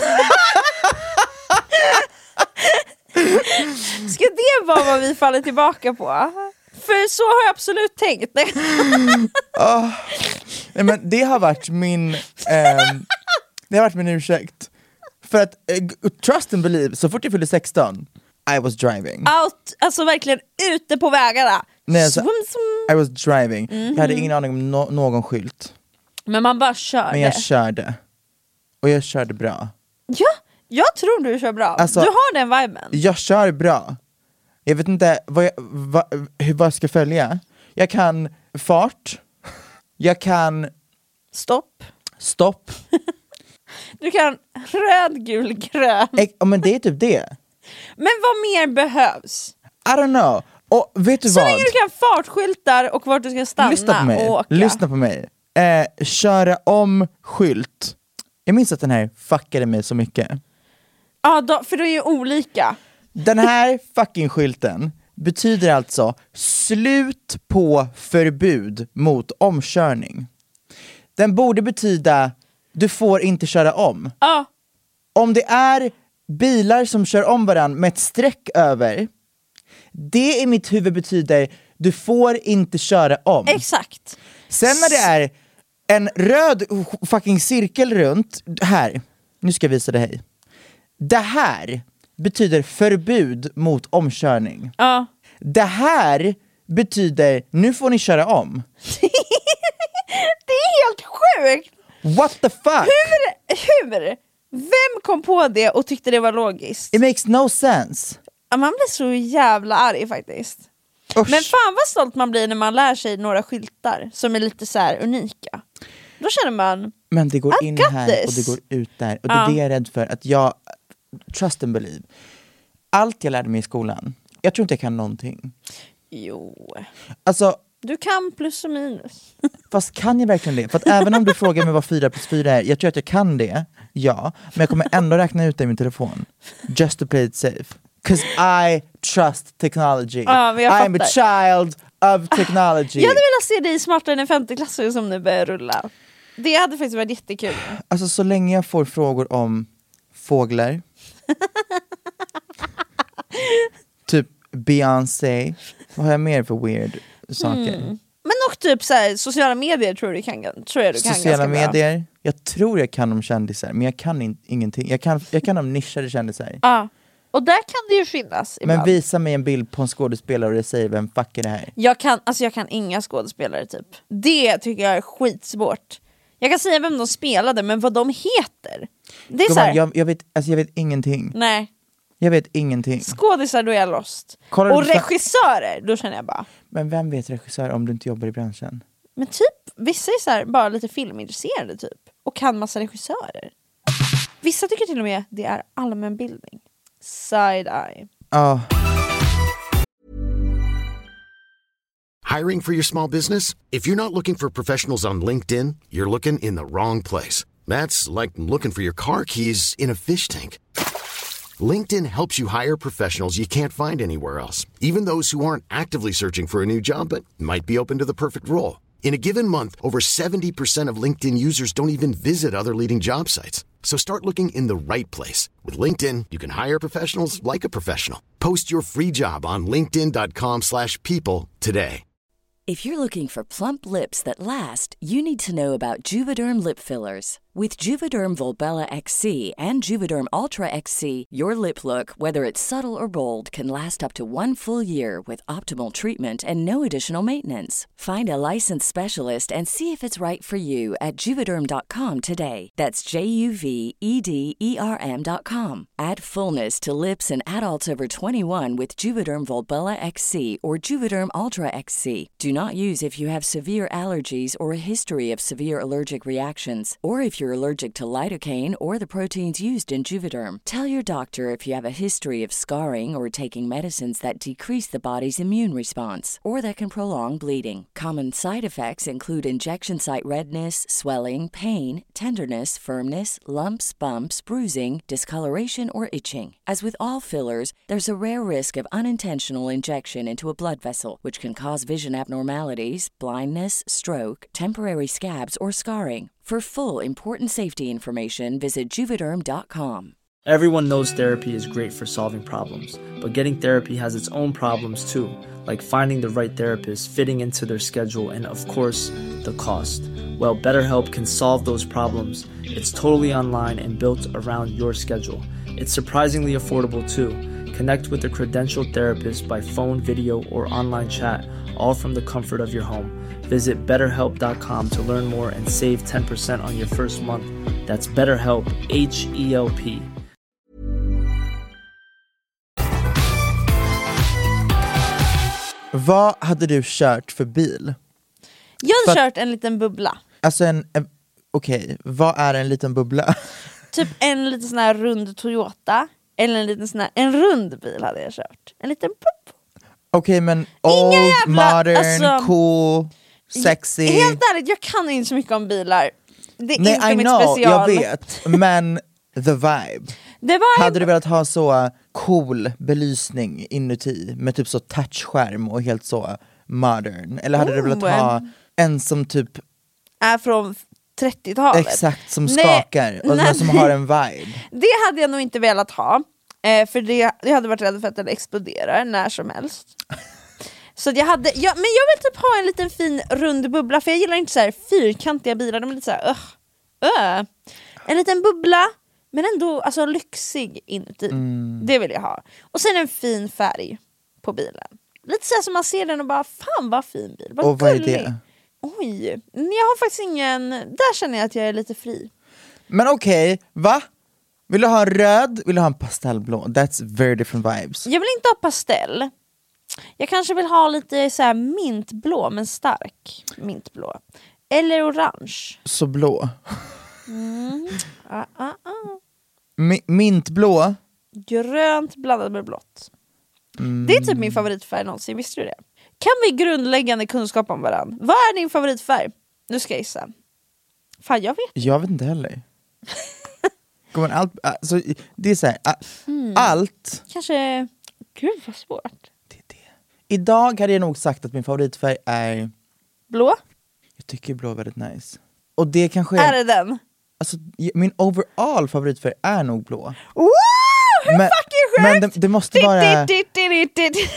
G: Ska det vara vad vi faller tillbaka på? För så har jag absolut tänkt.
F: oh. Nej, men det har varit min ehm, det har varit min ursäkt. För att, uh, trust and believe, så fort jag fyllde sexton I was driving.
G: Out, alltså verkligen ute på vägarna.
F: Nej, alltså,
G: swim, swim.
F: I was driving.
G: Mm-hmm.
F: Jag hade ingen aning om no- någon skylt.
G: Men man bara körde.
F: Men jag körde. Och jag körde bra.
G: Ja, jag tror du kör bra.
F: Alltså,
G: du har den viben.
F: Jag kör bra. Jag vet inte vad jag, vad, hur, vad jag ska följa. Jag kan fart. Jag kan
G: Stopp.
F: stopp.
G: Du kan röd, gul, grön.
F: Ek- ja, men det är typ det.
G: Men vad mer behövs?
F: I don't know. Och vet du
G: Så
F: vad?
G: länge du kan fartskyltar och vart du ska stanna
F: Lyssna på mig.
G: och åka.
F: Lyssna på mig. Eh, köra om skylt. Jag minns att den här fuckade mig så mycket.
G: Ja, då, för det är ju olika.
F: Den här fucking skylten betyder alltså slut på förbud mot omkörning. Den borde betyda du får inte köra om.
G: Ja.
F: Om det är bilar som kör om varandra med ett streck över, det i mitt huvud betyder du får inte köra om.
G: Exakt.
F: Sen när det är en röd fucking cirkel runt, här, nu ska jag visa dig. Det här betyder förbud mot omkörning.
G: Ja. Det
F: här betyder nu får ni köra om.
G: Det är helt sjukt.
F: What the fuck?
G: Hur? Hur? Vem kom på det och tyckte det var logiskt?
F: It makes no sense.
G: Ja, man blir så jävla arg faktiskt.
F: Usch.
G: Men fan vad stolt man blir när man lär sig några skyltar som är lite så här unika. Då känner man,
F: men det går
G: I
F: in
G: got
F: här
G: this.
F: och det går ut där. Och
G: Ja.
F: det är det jag är rädd för. Att jag, trust and believe. Allt jag lärde mig i skolan, jag tror inte jag kan någonting.
G: jo,
F: Alltså,
G: du kan plus och minus.
F: fast kan jag verkligen det? För att även om du frågar mig vad fyra plus fyra är, jag tror att jag kan det, ja. Men jag kommer ändå räkna ut det i min telefon. Just to play it safe. Because I trust technology.
G: Ja, men jag
F: I'm a
G: fattar.
F: child of technology.
G: Jag hade velat se dig smartare än en femteklassare som nu börjar rulla. Det hade faktiskt varit jättekul.
F: Alltså så länge jag får frågor om fåglar, typ Beyoncé, vad har jag mer för weird saker?
G: Mm. Men och typ så här, sociala medier tror, du kan, tror jag du kan
F: Sociala
G: ganska
F: medier,
G: bra.
F: jag tror jag kan om kändisar, men jag kan in, ingenting. Jag kan, jag kan om nischade kändisar.
G: Ja, och där kan det ju finnas ibland.
F: Men visa mig en bild på en skådespelare och det säger vem fuck är det här?
G: Jag kan, alltså jag kan inga skådespelare typ. Det tycker jag är skitsvårt. Jag kan säga vem de spelade, men vad de heter. Det är så
F: Gumman,
G: här,
F: jag, jag, vet, alltså jag vet ingenting.
G: nej.
F: Jag vet ingenting.
G: Skådisar, då är jag lost.
F: Kollar du
G: Och
F: på-
G: regissörer, då känner jag bara.
F: Men vem vet regissör om du inte jobbar i branschen?
G: Men typ, vissa är så här, bara lite filmintresserade typ. Och kan massa regissörer. Vissa tycker till och med det är allmänbildning. Side-eye.
F: Ja.
H: Hiring for your small business? If you're not looking for professionals on LinkedIn, you're looking in the wrong place. That's like looking for your car keys in a fish tank. LinkedIn helps you hire professionals you can't find anywhere else, even those who aren't actively searching for a new job but might be open to the perfect role. In a given month, over seventy percent of LinkedIn users don't even visit other leading job sites. So start looking in the right place. With LinkedIn, you can hire professionals like a professional. Post your free job on linkedin dot com slash people today.
I: If you're looking for plump lips that last, you need to know about Juvederm lip fillers. With Juvederm Volbella X C and Juvederm Ultra X C, your lip look, whether it's subtle or bold, can last up to one full year with optimal treatment and no additional maintenance. Find a licensed specialist and see if it's right for you at juvederm dot com today. That's J U V E D E R M dot com. Add fullness to lips in adults over twenty-one with Juvederm Volbella X C or Juvederm Ultra X C. Do not use if you have severe allergies or a history of severe allergic reactions, or if you're allergic to lidocaine or the proteins used in Juvederm. Tell your doctor if you have a history of scarring or taking medicines that decrease the body's immune response or that can prolong bleeding. Common side effects include injection site redness, swelling, pain, tenderness, firmness, lumps, bumps, bruising, discoloration, or itching. As with all fillers, there's a rare risk of unintentional injection into a blood vessel, which can cause vision abnormalities, blindness, stroke, temporary scabs, or scarring. For full important safety information, visit juvederm dot com.
J: Everyone knows therapy is great for solving problems, but getting therapy has its own problems too, like finding the right therapist, fitting into their schedule, and of course, the cost. Well, BetterHelp can solve those problems. It's totally online and built around your schedule. It's surprisingly affordable too. Connect with a credentialed therapist by phone, video, or online chat, all from the comfort of your home. Visit better help dot com to learn more and save ten percent on your first month. That's BetterHelp, H E L P.
F: Vad hade du kört för bil?
G: Jag hade
F: för
G: kört en liten bubbla.
F: Alltså en, en okej, okay, vad är en liten bubbla?
G: Typ en liten sån här rund Toyota. Eller en liten sån här, en rund bil hade jag kört. En liten pupp.
F: Okej, okay, men old, jävla, modern, alltså, cool, sexy.
G: Helt ärligt, jag kan inte så mycket om bilar. Det är
F: Nej,
G: inte
F: I
G: mitt
F: know,
G: special.
F: jag vet, men the vibe.
G: Det var
F: hade en... du velat ha så cool belysning inuti med typ så touchskärm och helt så modern? Eller hade oh, du velat ha en som typ
G: är från trettiotalet?
F: Exakt, som skakar och nej, som har en vibe.
G: Det hade jag nog inte velat ha. Eh, för det, jag hade varit rädd för att den exploderar när som helst. Så jag hade, ja, men jag vill typ ha en liten fin rund bubbla. För jag gillar inte så här fyrkantiga bilar. De är lite så här, uh, uh. En liten bubbla, men ändå alltså, lyxig inuti. Mm. Det vill jag ha. Och sen en fin färg på bilen. Lite så här som man ser den och bara, fan vad fin bil. Vad
F: och vad är det?
G: Oj, jag har faktiskt ingen. Där känner jag att jag är lite fri.
F: Men okej, okay, va? Vill du ha en röd? Vill du ha en pastellblå? That's very different vibes.
G: Jag vill inte ha pastell. Jag kanske vill ha lite så här mintblå, men stark mintblå. Eller orange.
F: Så blå.
G: Mm. Ah, ah, ah.
F: Mi- mintblå.
G: Grönt blandat med blått.
F: Mm.
G: Det är typ min favoritfärg någonsin, visste du det? Kan vi grundläggande kunskap om varandra? Vad är din favoritfärg? Nu ska jag gissa. Fan, jag vet.
F: Jag vet inte heller. Kommer allt, alltså, det är så här, mm. allt.
G: Kanske, gud vad svårt.
F: Det är det. Idag hade jag nog sagt att min favoritfärg är
G: blå.
F: Jag tycker blå är väldigt nice. Och det kanske är,
G: är det den?
F: Alltså, min overall favoritfärg är nog blå.
G: Wow, hur
F: men,
G: fucking sjukt!
F: Men det, det måste
G: dit,
F: vara
G: dit, dit, dit, dit.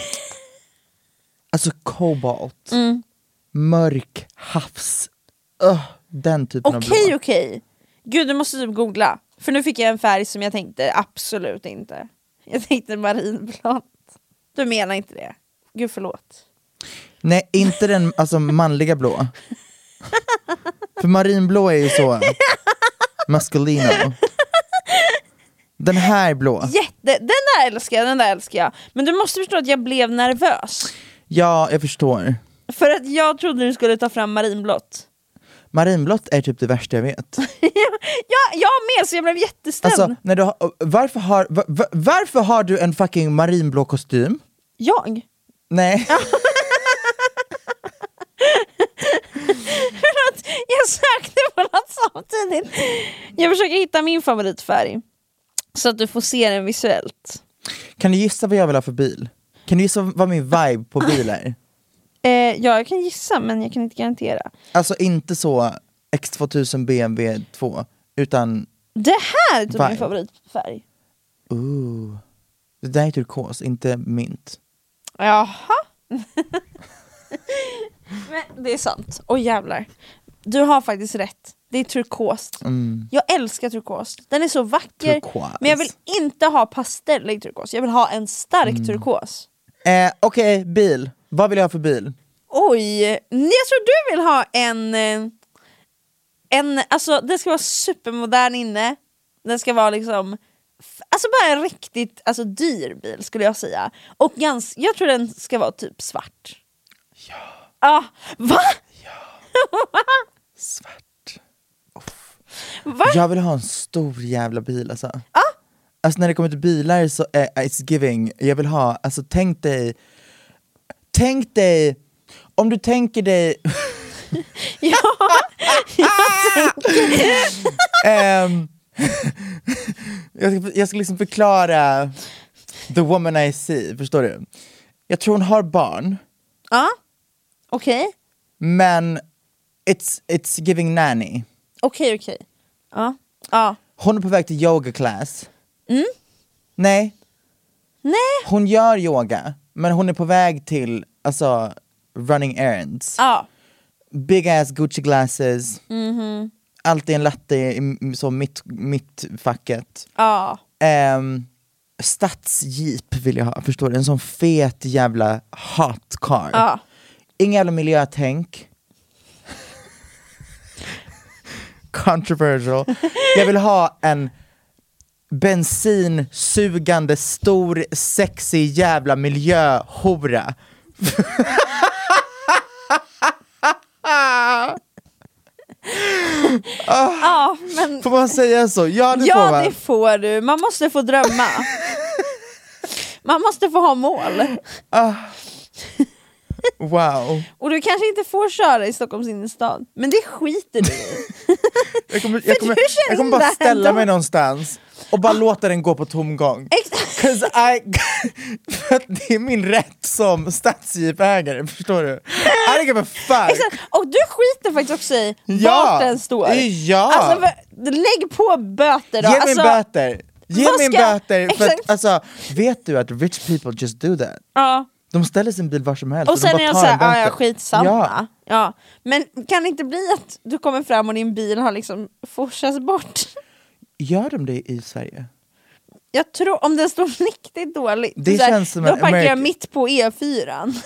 F: Alltså kobolt,
G: mm.
F: mörk havs, uh, den typen
G: okay,
F: av blå.
G: Okej, okej. Gud, du måste typ googla. För nu fick jag en färg som jag tänkte absolut inte. Jag tänkte marinblått. Du menar inte det? Gud, förlåt.
F: Nej, inte den alltså manliga blå. För marinblå är ju så masculino. Den här blå.
G: Jätte, den där älskar jag, den där älskar jag. Men du måste förstå att jag blev nervös.
F: Ja, jag förstår.
G: För att jag trodde du skulle ta fram marinblått.
F: Marinblått är typ det värsta jag vet.
G: Ja, jag med, så jag blev jättestämd.
F: Alltså, när du har, varför, har, var, varför har du en fucking marinblå kostym?
G: Jag?
F: Nej.
G: Jag sökte på något samtidigt. Jag försöker hitta min favoritfärg så att du får se den visuellt.
F: Kan du gissa vad jag vill ha för bil? Kan du gissa vad min vibe på bil är?
G: Eh, ja, jag kan gissa, men jag kan inte garantera.
F: Alltså inte så X tvåtusen B M W två, utan
G: det här är typ min favoritfärg.
F: Ooh. Det där är turkos, inte mint.
G: Jaha. Men det är sant. Åh jävlar. Du har faktiskt rätt. Det är turkost.
F: Mm.
G: Jag älskar turkost. Den är så vacker.
F: Turkos.
G: Men jag vill inte ha pastellig turkos. Jag vill ha en stark
F: Mm.
G: turkos.
F: Eh, Okej, okay, bil. Vad vill jag ha för bil?
G: Oj, jag tror du vill ha en... eh, en alltså den ska vara supermodern inne. Den ska vara liksom... Alltså bara en riktigt alltså, dyr bil skulle jag säga. Och gans, jag tror den ska vara typ svart.
F: Ja.
G: Ah, va?
F: Ja. Svart.
G: Va?
F: Jag vill ha en stor jävla bil alltså.
G: Ah?
F: Alltså när det kommer till bilar så är uh, it's giving. Jag vill ha, alltså tänk dig Tänk dig Om du tänker dig
G: Ja, jag tänker
F: um, jag, ska, jag ska liksom förklara the woman I see, förstår du? Jag tror hon har barn.
G: Ja, ah? okej okay.
F: Men it's, it's giving nanny.
G: Okej, okay, okej okay. Ja, ja.
F: Hon är på väg till yoga class.
G: Mm.
F: Nej.
G: Nej.
F: Hon gör yoga, men hon är på väg till alltså running errands.
G: Ja.
F: Big ass Gucci glasses.
G: Mhm.
F: Alltid en latte i så mitt, mitt facket.
G: Ja.
F: Um, stadsjeep vill jag ha, förstår du? En sån fet jävla hot car.
G: Ja.
F: Ingen jävla miljötänk. Controversial. Jag vill ha en bensinsugande, stor, sexig jävla miljöhora.
G: Ah, ja, men...
F: Får man säga så? Ja, det
G: ja,
F: får man.
G: det får du. Man måste få drömma. Man måste få ha mål.
F: Ah. Wow.
G: Och du kanske inte får köra i Stockholms innerstad. Men det skiter du i.
F: Jag kommer, jag kommer, jag kommer bara ställa mig någonstans och bara ah. låta den gå på tomgång. Cause I, för att det är min rätt som stadsjeepägare, förstår du? I don't give a fuck.
G: Exakt. Och du skiter faktiskt också i
F: ja.
G: vart den står.
F: Ja.
G: Alltså, för, lägg på böter då.
F: Ge
G: alltså,
F: mig böter. Ge mig
G: ska...
F: böter. För att, alltså, vet du att rich people just do that?
G: Ja.
F: De ställer sin bil var som helst.
G: Och,
F: och
G: sen
F: de
G: är
F: bara
G: jag
F: tar
G: såhär, ja skitsamma.
F: Ja.
G: Ja. Men kan det inte bli att du kommer fram och din bil har liksom forsats bort?
F: Gör de det i Sverige?
G: Jag tror, om den står riktigt dåligt,
F: det
G: såhär,
F: känns som
G: då
F: en
G: parkerar jag
F: American...
G: mitt på E fyran.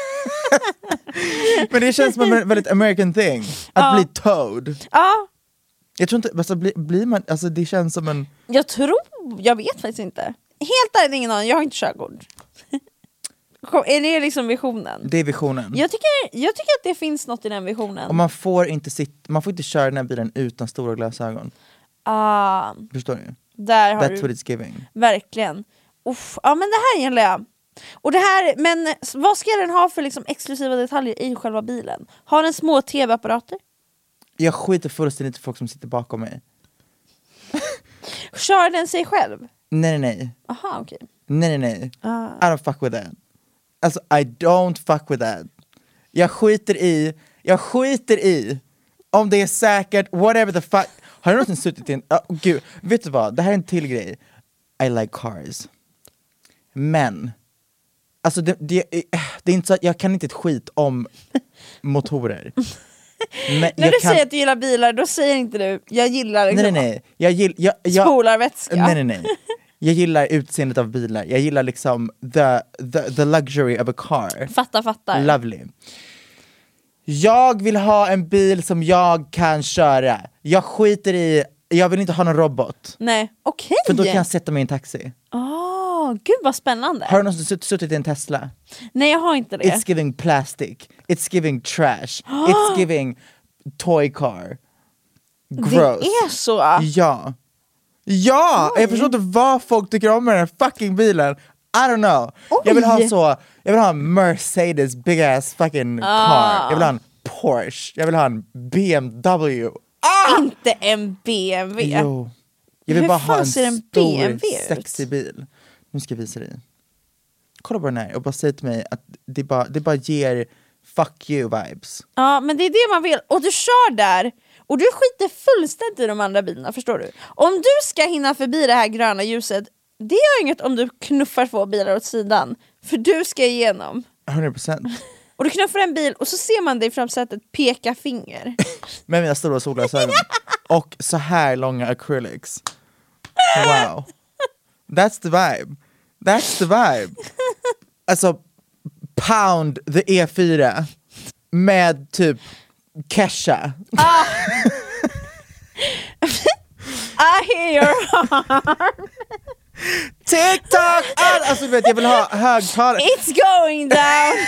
F: Men det känns som en väldigt American thing. Att
G: ja.
F: bli towed.
G: Ja.
F: Jag tror inte, alltså, blir, blir man, alltså det känns som en...
G: Jag tror, jag vet faktiskt inte. Helt ärligt ingen aning, jag har inte körkort. Är det liksom visionen?
F: Det är visionen.
G: Jag tycker, jag tycker att det finns något i den visionen.
F: Och man får inte sitt, man får inte köra den här bilen utan stora glasögon.
G: Ah,
F: Förstår du?
G: Där har
F: That's
G: du,
F: what it's giving.
G: Verkligen. Uff, ja men det här gillar jag. Och det här, men vad ska den ha för liksom exklusiva detaljer i själva bilen? Har den små tv-apparater?
F: Jag skiter fullständigt i folk som sitter bakom mig.
G: Kör den sig själv?
F: Nej nej nej.
G: Aha, okej. Okay.
F: Nej nej nej.
G: Ah.
F: I don't fuck with that. Alltså I don't fuck with that. Jag skiter i, jag skiter i om det är säkert, whatever the fuck. Har du någonsin suttit i en, oh, gud, vet du vad, det här är en till grej. I like cars. Men, alltså det, det, det är inte så att jag kan inte ett skit om motorer. Men
G: när
F: jag
G: du
F: kan...
G: säger att du gillar bilar, då säger inte du jag gillar liksom
F: nej, nej, nej. Jag gill, jag, jag...
G: spolarvätska.
F: Nej nej nej. Jag gillar utseendet av bilar. Jag gillar liksom the, the, the luxury of a car.
G: Fattar, fattar.
F: Lovely. Jag vill ha en bil som jag kan köra. Jag skiter i, jag vill inte ha någon robot.
G: Nej, okej. Okay.
F: För då kan jag sätta mig i en taxi.
G: Åh, oh, gud vad spännande.
F: Har du någonsin suttit i en Tesla?
G: Nej, jag har inte det.
F: It's giving plastic. It's giving trash. It's giving toy car. Gross.
G: Det är så?
F: Ja. Ja! Oj. Jag förstår inte vad folk tycker om med den här fucking bilen. I don't know. Oj. Jag vill ha så, jag vill ha en Mercedes big ass fucking ah. car. Jag vill ha en Porsche. Jag vill ha en B M W.
G: Ah! Inte en B M W.
F: Jo. Jag vill
G: Hur
F: bara ha en,
G: en
F: stor
G: B M W
F: sexig bil. Nu ska jag visa dig. Kolla på den här och bara säg till mig att det bara, det bara ger fuck you vibes.
G: Ja, men det är det man vill. Och du kör där och du skiter fullständigt i de andra bilarna, förstår du? Om du ska hinna förbi det här gröna ljuset, det gör inget om du knuffar två bilar åt sidan. För du ska igenom.
F: hundra procent.
G: Och du knuffar en bil och så ser man dig i framsätet peka finger.
F: Med mina stora solglasögon. Och så här långa acrylics. Wow. That's the vibe. That's the vibe. Alltså, pound the E fyra med typ Kesha.
G: Ah. I hear your heart.
F: TikTok! Alltså du vet, jag vill ha högtalare.
G: It's going down.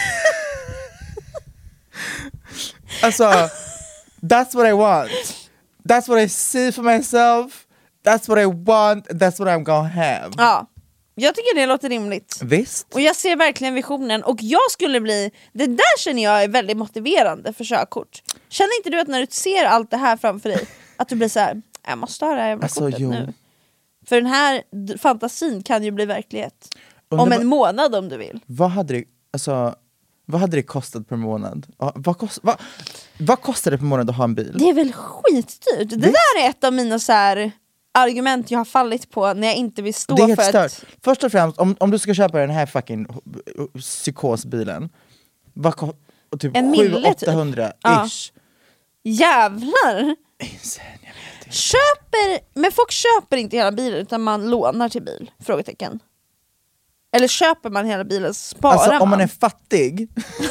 F: Alltså, that's what I want. That's what I see for myself. That's what I want. That's what I'm gonna have.
G: Ja, jag tycker det låter rimligt.
F: Visst.
G: Och jag ser verkligen visionen. Och jag skulle bli, det där känner jag är väldigt motiverande för körkort. Känner inte du att när du ser allt det här framför dig, att du blir så här: jag måste ha det här jävla
F: alltså,
G: kortet
F: jo.
G: nu. För den här d- fantasin kan ju bli verklighet.
F: Undra
G: om en
F: vad-
G: månad om du vill.
F: Vad hade det, alltså, vad hade det kostat per månad? Ja, Vad, kost, vad, vad kostar det per månad att ha en bil?
G: Det är väl skitdyrt. Det där är ett av mina så här argument jag har fallit på när jag inte vill stå
F: Det är helt
G: för
F: stört.
G: att...
F: Först och främst, om, om du ska köpa den här fucking psykosbilen, vad ko- typ
G: En
F: sju
G: mille, typ.
F: åttahundra
G: Ja.
F: ish.
G: Jävlar!
F: Insane, jag vet inte.
G: Köper, men folk köper inte hela bilen utan man lånar till bil? Frågetecken. Eller köper man hela bilen, sparar
F: Alltså
G: man?
F: om man är fattig.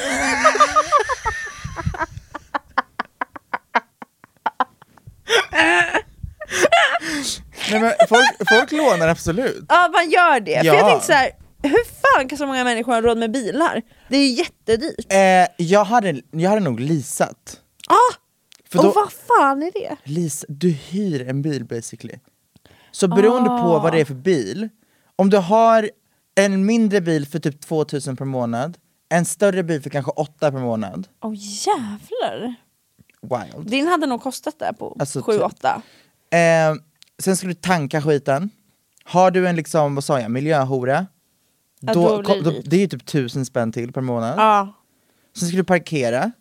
F: Nej, men folk, folk lånar absolut.
G: Ja, man gör det.
F: Ja.
G: För jag tänkte så här, hur fan kan så många människor ha råd med bilar? Det är ju jättedyrt.
F: Eh, jag, hade, jag hade nog leasat.
G: Ah,
F: För
G: och
F: då-
G: vad fan är det?
F: Lease, du hyr en bil basically. Så beroende
G: Ah.
F: på vad det är för bil, om du har en mindre bil för typ tvåtusen per månad, en större bil för kanske åtta per månad.
G: Åh oh, jävlar.
F: Wild.
G: Din hade nog kostat där på
F: Alltså,
G: sju åtta.
F: Eh, sen ska du tanka skiten. Har du en liksom, vad sa jag, miljöhora,
G: Ja,
F: då,
G: då blir det
F: då,
G: dyrt.
F: det är ju typ tusen spänn till per månad.
G: Ja.
F: Sen ska du parkera.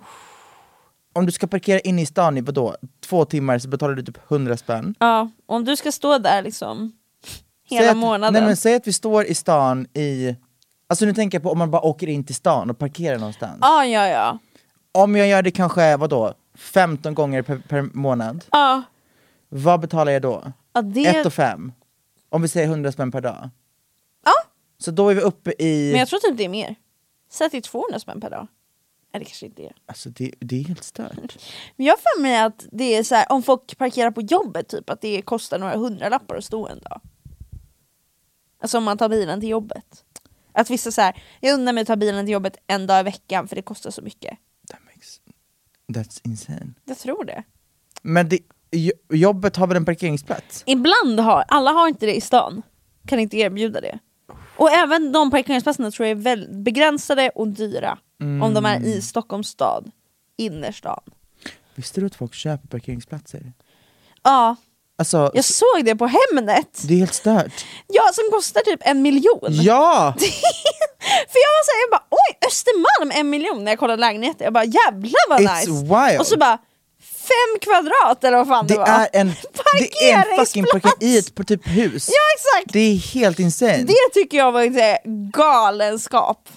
F: Om du ska parkera inne i stan i vadå, två timmar så betalar du typ hundra spänn.
G: Ja, om du ska stå där liksom hela
F: Säg att,
G: månaden.
F: Nej men säg att vi står i stan i, alltså nu tänker jag på om man bara åker in till stan och parkerar någonstans.
G: Ja, ja, ja.
F: Om jag gör det kanske, vadå, femton gånger per, per månad.
G: Ja.
F: Vad betalar jag då?
G: Ja, det...
F: Ett och fem. Om vi säger hundra spänn per dag.
G: Ja.
F: Så då är vi uppe i...
G: Men jag tror typ det är mer. Säg till tvåhundra spänn per dag. Eller kanske inte det.
F: Alltså det, det är helt stört.
G: Men jag har för mig att det är så här, om folk parkerar på jobbet typ, att det kostar några hundralappar att stå en dag. Alltså om man tar bilen till jobbet. Att vissa så här, jag undrar mig att ta bilen till jobbet en dag i veckan för det kostar så mycket.
F: That makes, that's insane.
G: Jag tror det.
F: Men det, jo- jobbet har väl en parkeringsplats?
G: Ibland har, alla har inte det i stan. Kan inte erbjuda det. Och även de parkeringsplatserna tror jag är väl begränsade och dyra.
F: Mm.
G: Om de är i Stockholms stad. Innerstan.
F: Visste du att folk köper parkeringsplatser?
G: Ja,
F: Alltså,
G: jag såg det på Hemnet.
F: det är helt stört.
G: Ja, som kostar typ en miljon.
F: Ja!
G: För jag var såhär, jag bara oj, Östermalm en miljon när jag kollade lägenheten. Jag bara jävlar vad
F: It's
G: nice.
F: wild.
G: Och så bara fem kvadrat eller vad fan det,
F: Det
G: var.
F: är en, det är en fucking
G: Parkeringsplats.
F: parkering i ett på typ hus.
G: Ja, exakt.
F: Det är helt insane.
G: Det tycker jag var inte galenskap.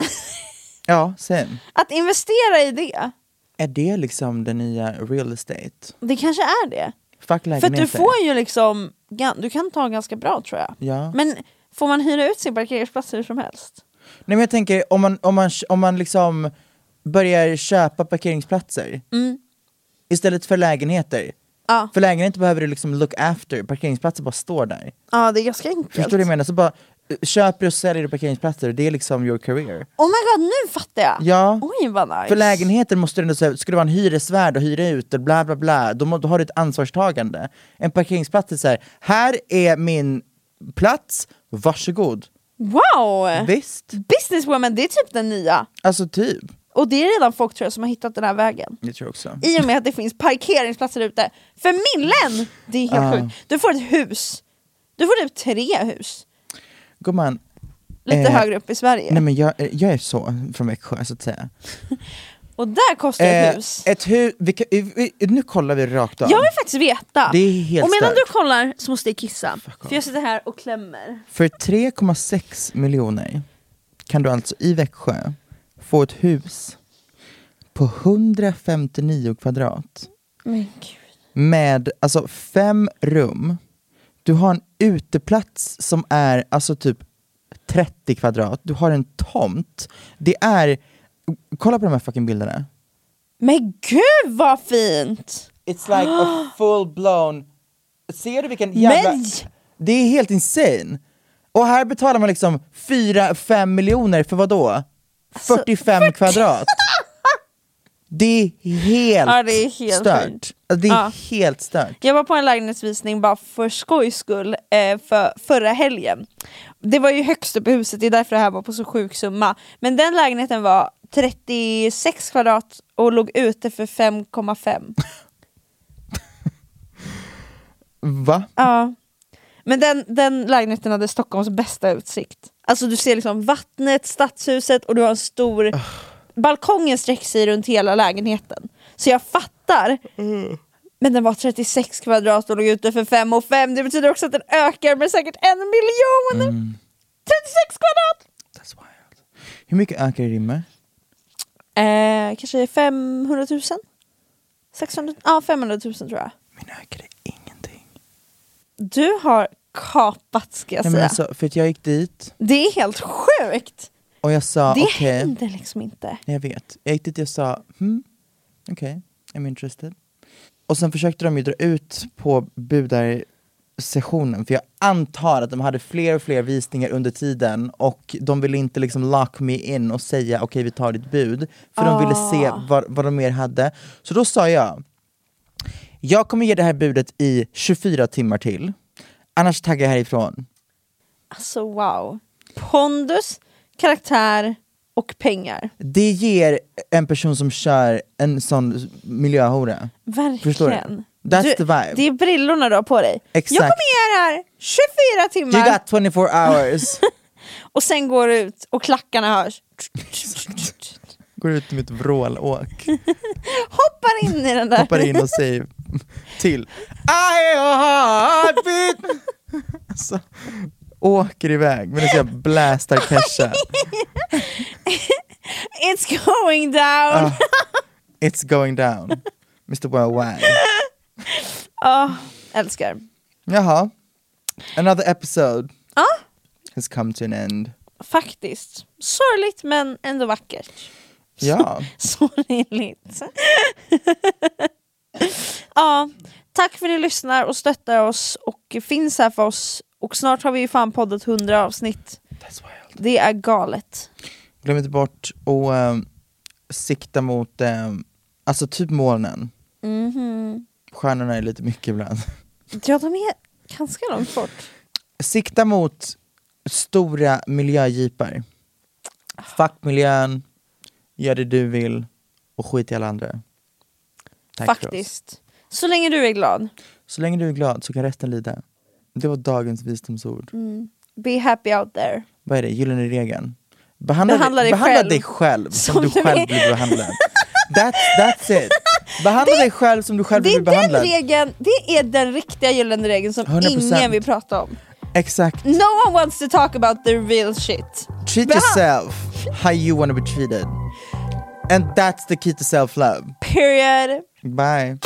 F: Ja, sen.
G: Att investera i det.
F: Är det liksom den nya real estate?
G: Det kanske är det.
F: Fuck
G: För att du
F: lägenheter.
G: får ju liksom, du kan ta ganska bra tror jag.
F: Ja.
G: Men får man hyra ut sin parkeringsplats hur som helst?
F: Nej men jag tänker, om man, om man, om man liksom börjar köpa parkeringsplatser
G: Mm.
F: istället för lägenheter.
G: Ja.
F: För lägenheter behöver du liksom look after, parkeringsplatser bara står där.
G: Ja, det är ganska enkelt.
F: Förstår du vad jag menar? Så bara eh, köper och säljer du parkeringsplatser, det är liksom your career.
G: Oh my god, nu fattar jag!
F: Ja.
G: Oj vad nice.
F: För lägenheter måste du ändå säga, ska du vara en hyresvärd och hyra ut och bla bla bla, då, må, då har du ett ansvarstagande. En parkeringsplats är så här, här är min plats, varsågod.
G: Wow!
F: Visst?
G: Businesswoman, det är typ den nya.
F: Alltså typ.
G: Och det är redan folk tror jag som har hittat den här vägen.
F: Det tror jag också.
G: I och med att det finns parkeringsplatser ute. För millen! Det är helt
F: Ah.
G: sjukt. Du får ett hus. Du får typ tre hus.
F: Gumman.
G: Lite
F: eh,
G: högre upp i Sverige.
F: Nej men jag, eh, jag är så från Växjö så att säga.
G: Och där kostar ett
F: Eh,
G: hus.
F: ett hu- vi, kan- vi, vi, nu kollar vi rakt av.
G: Jag vill faktiskt veta.
F: Det är helt
G: och medan
F: stört.
G: du kollar så måste jag kissa. För jag sitter här och klämmer.
F: För tre komma sex miljoner kan du alltså i Växjö få ett hus på hundrafemtionio kvadrat.
G: Men gud.
F: Med alltså fem rum. Du har en uteplats som är alltså typ trettio kvadrat. Du har en tomt. Det är, kolla på de här fucking bilderna.
G: Men gud vad fint!
F: It's like a full blown. Ser du vilken jävla...
G: Men...
F: Det är helt insane. Och här betalar man liksom fyra fem miljoner för vad då?
G: Alltså,
F: fyrtiofem fyrtio kvadrat. Det är helt,
G: ja, det är helt
F: stört. Alltså, det är
G: ja.
F: helt stört.
G: Jag var på en lägenhetsvisning bara för skojs skull eh, för förra helgen. Det var ju högst upp i huset, det är därför det här var på så sjuk summa. Men den lägenheten var trettiosex kvadrat och låg ute för fem komma fem.
F: Va?
G: Ja. Men den, den lägenheten hade Stockholms bästa utsikt. Alltså du ser liksom vattnet, stadshuset och du har en stor... Uh. Balkongen sträcker sig runt hela lägenheten. Så jag fattar. Mm. Men den var trettiosex kvadrat och låg ute för fem och fem. Det betyder också att den ökar med säkert en miljon. Mm. trettiosex kvadrat!
F: That's wild. Hur mycket ökar i rimmer?
G: Eh, kanske femhundratusen? sexhundra? Ja, femhundratusen tror jag.
F: Min ökade ingenting.
G: Du har kapat, ska jag
F: Nej,
G: säga.
F: Men alltså, för att jag gick dit.
G: Det är helt sjukt.
F: Och jag sa,
G: det
F: okay.
G: händer liksom inte.
F: Jag vet. Jag gick dit och jag sa, hmm, okej, okay, I'm interested. Och sen försökte de ju dra ut på budarsessionen. För jag antar att de hade fler och fler visningar under tiden. Och de ville inte liksom lock me in och säga, okej okay, vi tar ditt bud. För ah. de ville se vad, vad de mer hade. Så då sa jag, jag kommer ge det här budet i tjugofyra timmar till. Annars taggar jag härifrån.
G: Alltså wow. Pondus, karaktär och pengar.
F: Det ger en person som kör en sån miljöhora.
G: Verkligen.
F: Förstår du? That's
G: du,
F: the vibe.
G: Det är brillorna du har på dig.
F: Exakt.
G: Jag kommer ge det här tjugofyra timmar.
F: You got twenty-four hours.
G: Och sen går du ut och klackarna hörs.
F: Går ut med ett vrålåk.
G: Hoppar in i den där.
F: Hoppar in och säger till. I a heartbeat. Alltså, åker iväg medan jag blastar Kesha.
G: It's going down.
F: Uh, it's going down. mister Worldwide.
G: Oh, älskar.
F: Jaha. Another episode
G: ah?
F: has come to an end.
G: Faktiskt. Sorgligt men ändå vackert.
F: Ja.
G: Sorgligt. Ja, tack för att ni lyssnar och stöttar oss och finns här för oss. Och snart har vi ju fan poddat hundra avsnitt.
F: That's wild.
G: Det är galet.
F: Glöm inte bort att um, sikta mot um, alltså typ molnen.
G: Mm-hmm.
F: Stjärnorna är lite mycket ibland.
G: Ja, de är ganska långt bort.
F: Sikta mot stora miljöjeepar. Fuck miljön, gör det du vill och skit i alla andra. Tack.
G: Faktiskt. Så länge du är glad.
F: Så länge du är glad så kan resten lida. Det var dagens visdomsord.
G: Mm. Be happy out there.
F: Vad är det? Gyllene regeln. Behandla,
G: behandla, dig,
F: behandla
G: själv.
F: dig själv som,
G: som
F: du själv är. Blir behandlad. That's, that's it. Behandla det, dig själv som du själv blir behandlad.
G: Regeln, det är den riktiga gyllene regeln som hundra procent. Ingen vill prata om.
F: Exakt.
G: No one wants to talk about the real shit.
F: Treat yourself how you want to be treated. And that's the key to self-love.
G: Period.
F: Bye.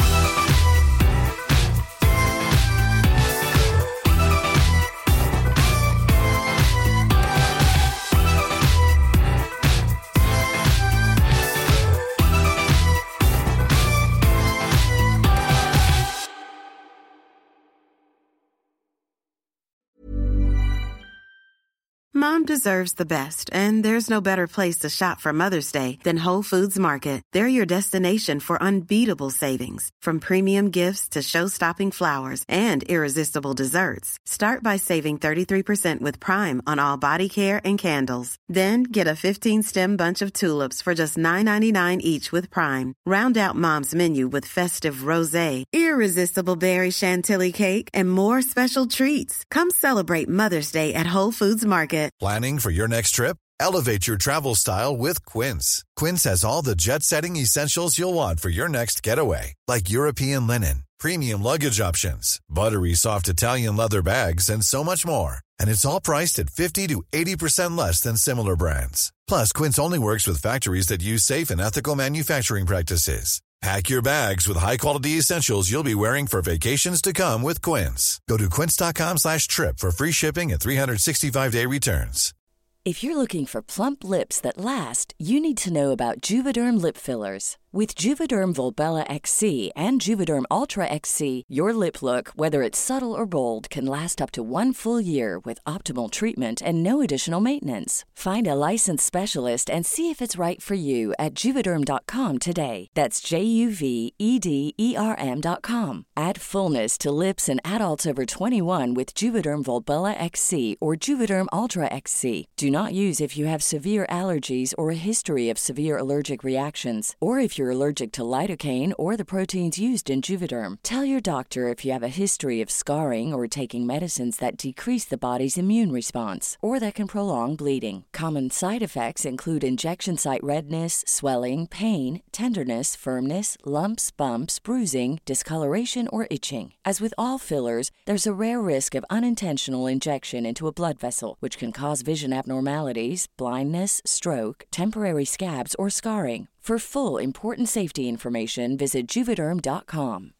A: Mom deserves the best, and there's no better place to shop for Mother's Day than Whole Foods Market. They're your destination for unbeatable savings, from premium gifts to show-stopping flowers and irresistible desserts. Start by saving thirty-three percent with Prime on all body care and candles. Then get a fifteen-stem bunch of tulips for just nine ninety-nine each with Prime. Round out Mom's menu with festive rosé, irresistible berry chantilly cake, and more special treats. Come celebrate Mother's Day at Whole Foods Market.
K: Planning for your next trip? Elevate your travel style with Quince. Quince has all the jet-setting essentials you'll want for your next getaway, like European linen, premium luggage options, buttery soft Italian leather bags, and so much more. And it's all priced at fifty to eighty percent less than similar brands. Plus, Quince only works with factories that use safe and ethical manufacturing practices. Pack your bags with high-quality essentials you'll be wearing for vacations to come with Quince. Go to quince.com slash trip for free shipping and three sixty-five day returns.
I: If you're looking for plump lips that last, you need to know about Juvederm lip fillers. With Juvederm Volbella X C and Juvederm Ultra X C, your lip look, whether it's subtle or bold, can last up to one full year with optimal treatment and no additional maintenance. Find a licensed specialist and see if it's right for you at juvederm dot com today. That's J U V E D E R M dot com. Add fullness to lips in adults over twenty-one with Juvederm Volbella X C or Juvederm Ultra X C. Do not use if you have severe allergies or a history of severe allergic reactions, or if you're allergic to lidocaine or the proteins used in Juvederm. Tell your doctor if you have a history of scarring or taking medicines that decrease the body's immune response or that can prolong bleeding. Common side effects include injection site redness, swelling, pain, tenderness, firmness, lumps, bumps, bruising, discoloration, or itching. As with all fillers, there's a rare risk of unintentional injection into a blood vessel, which can cause vision abnormalities, blindness, stroke, temporary scabs, or scarring. For full important safety information, visit juvederm dot com.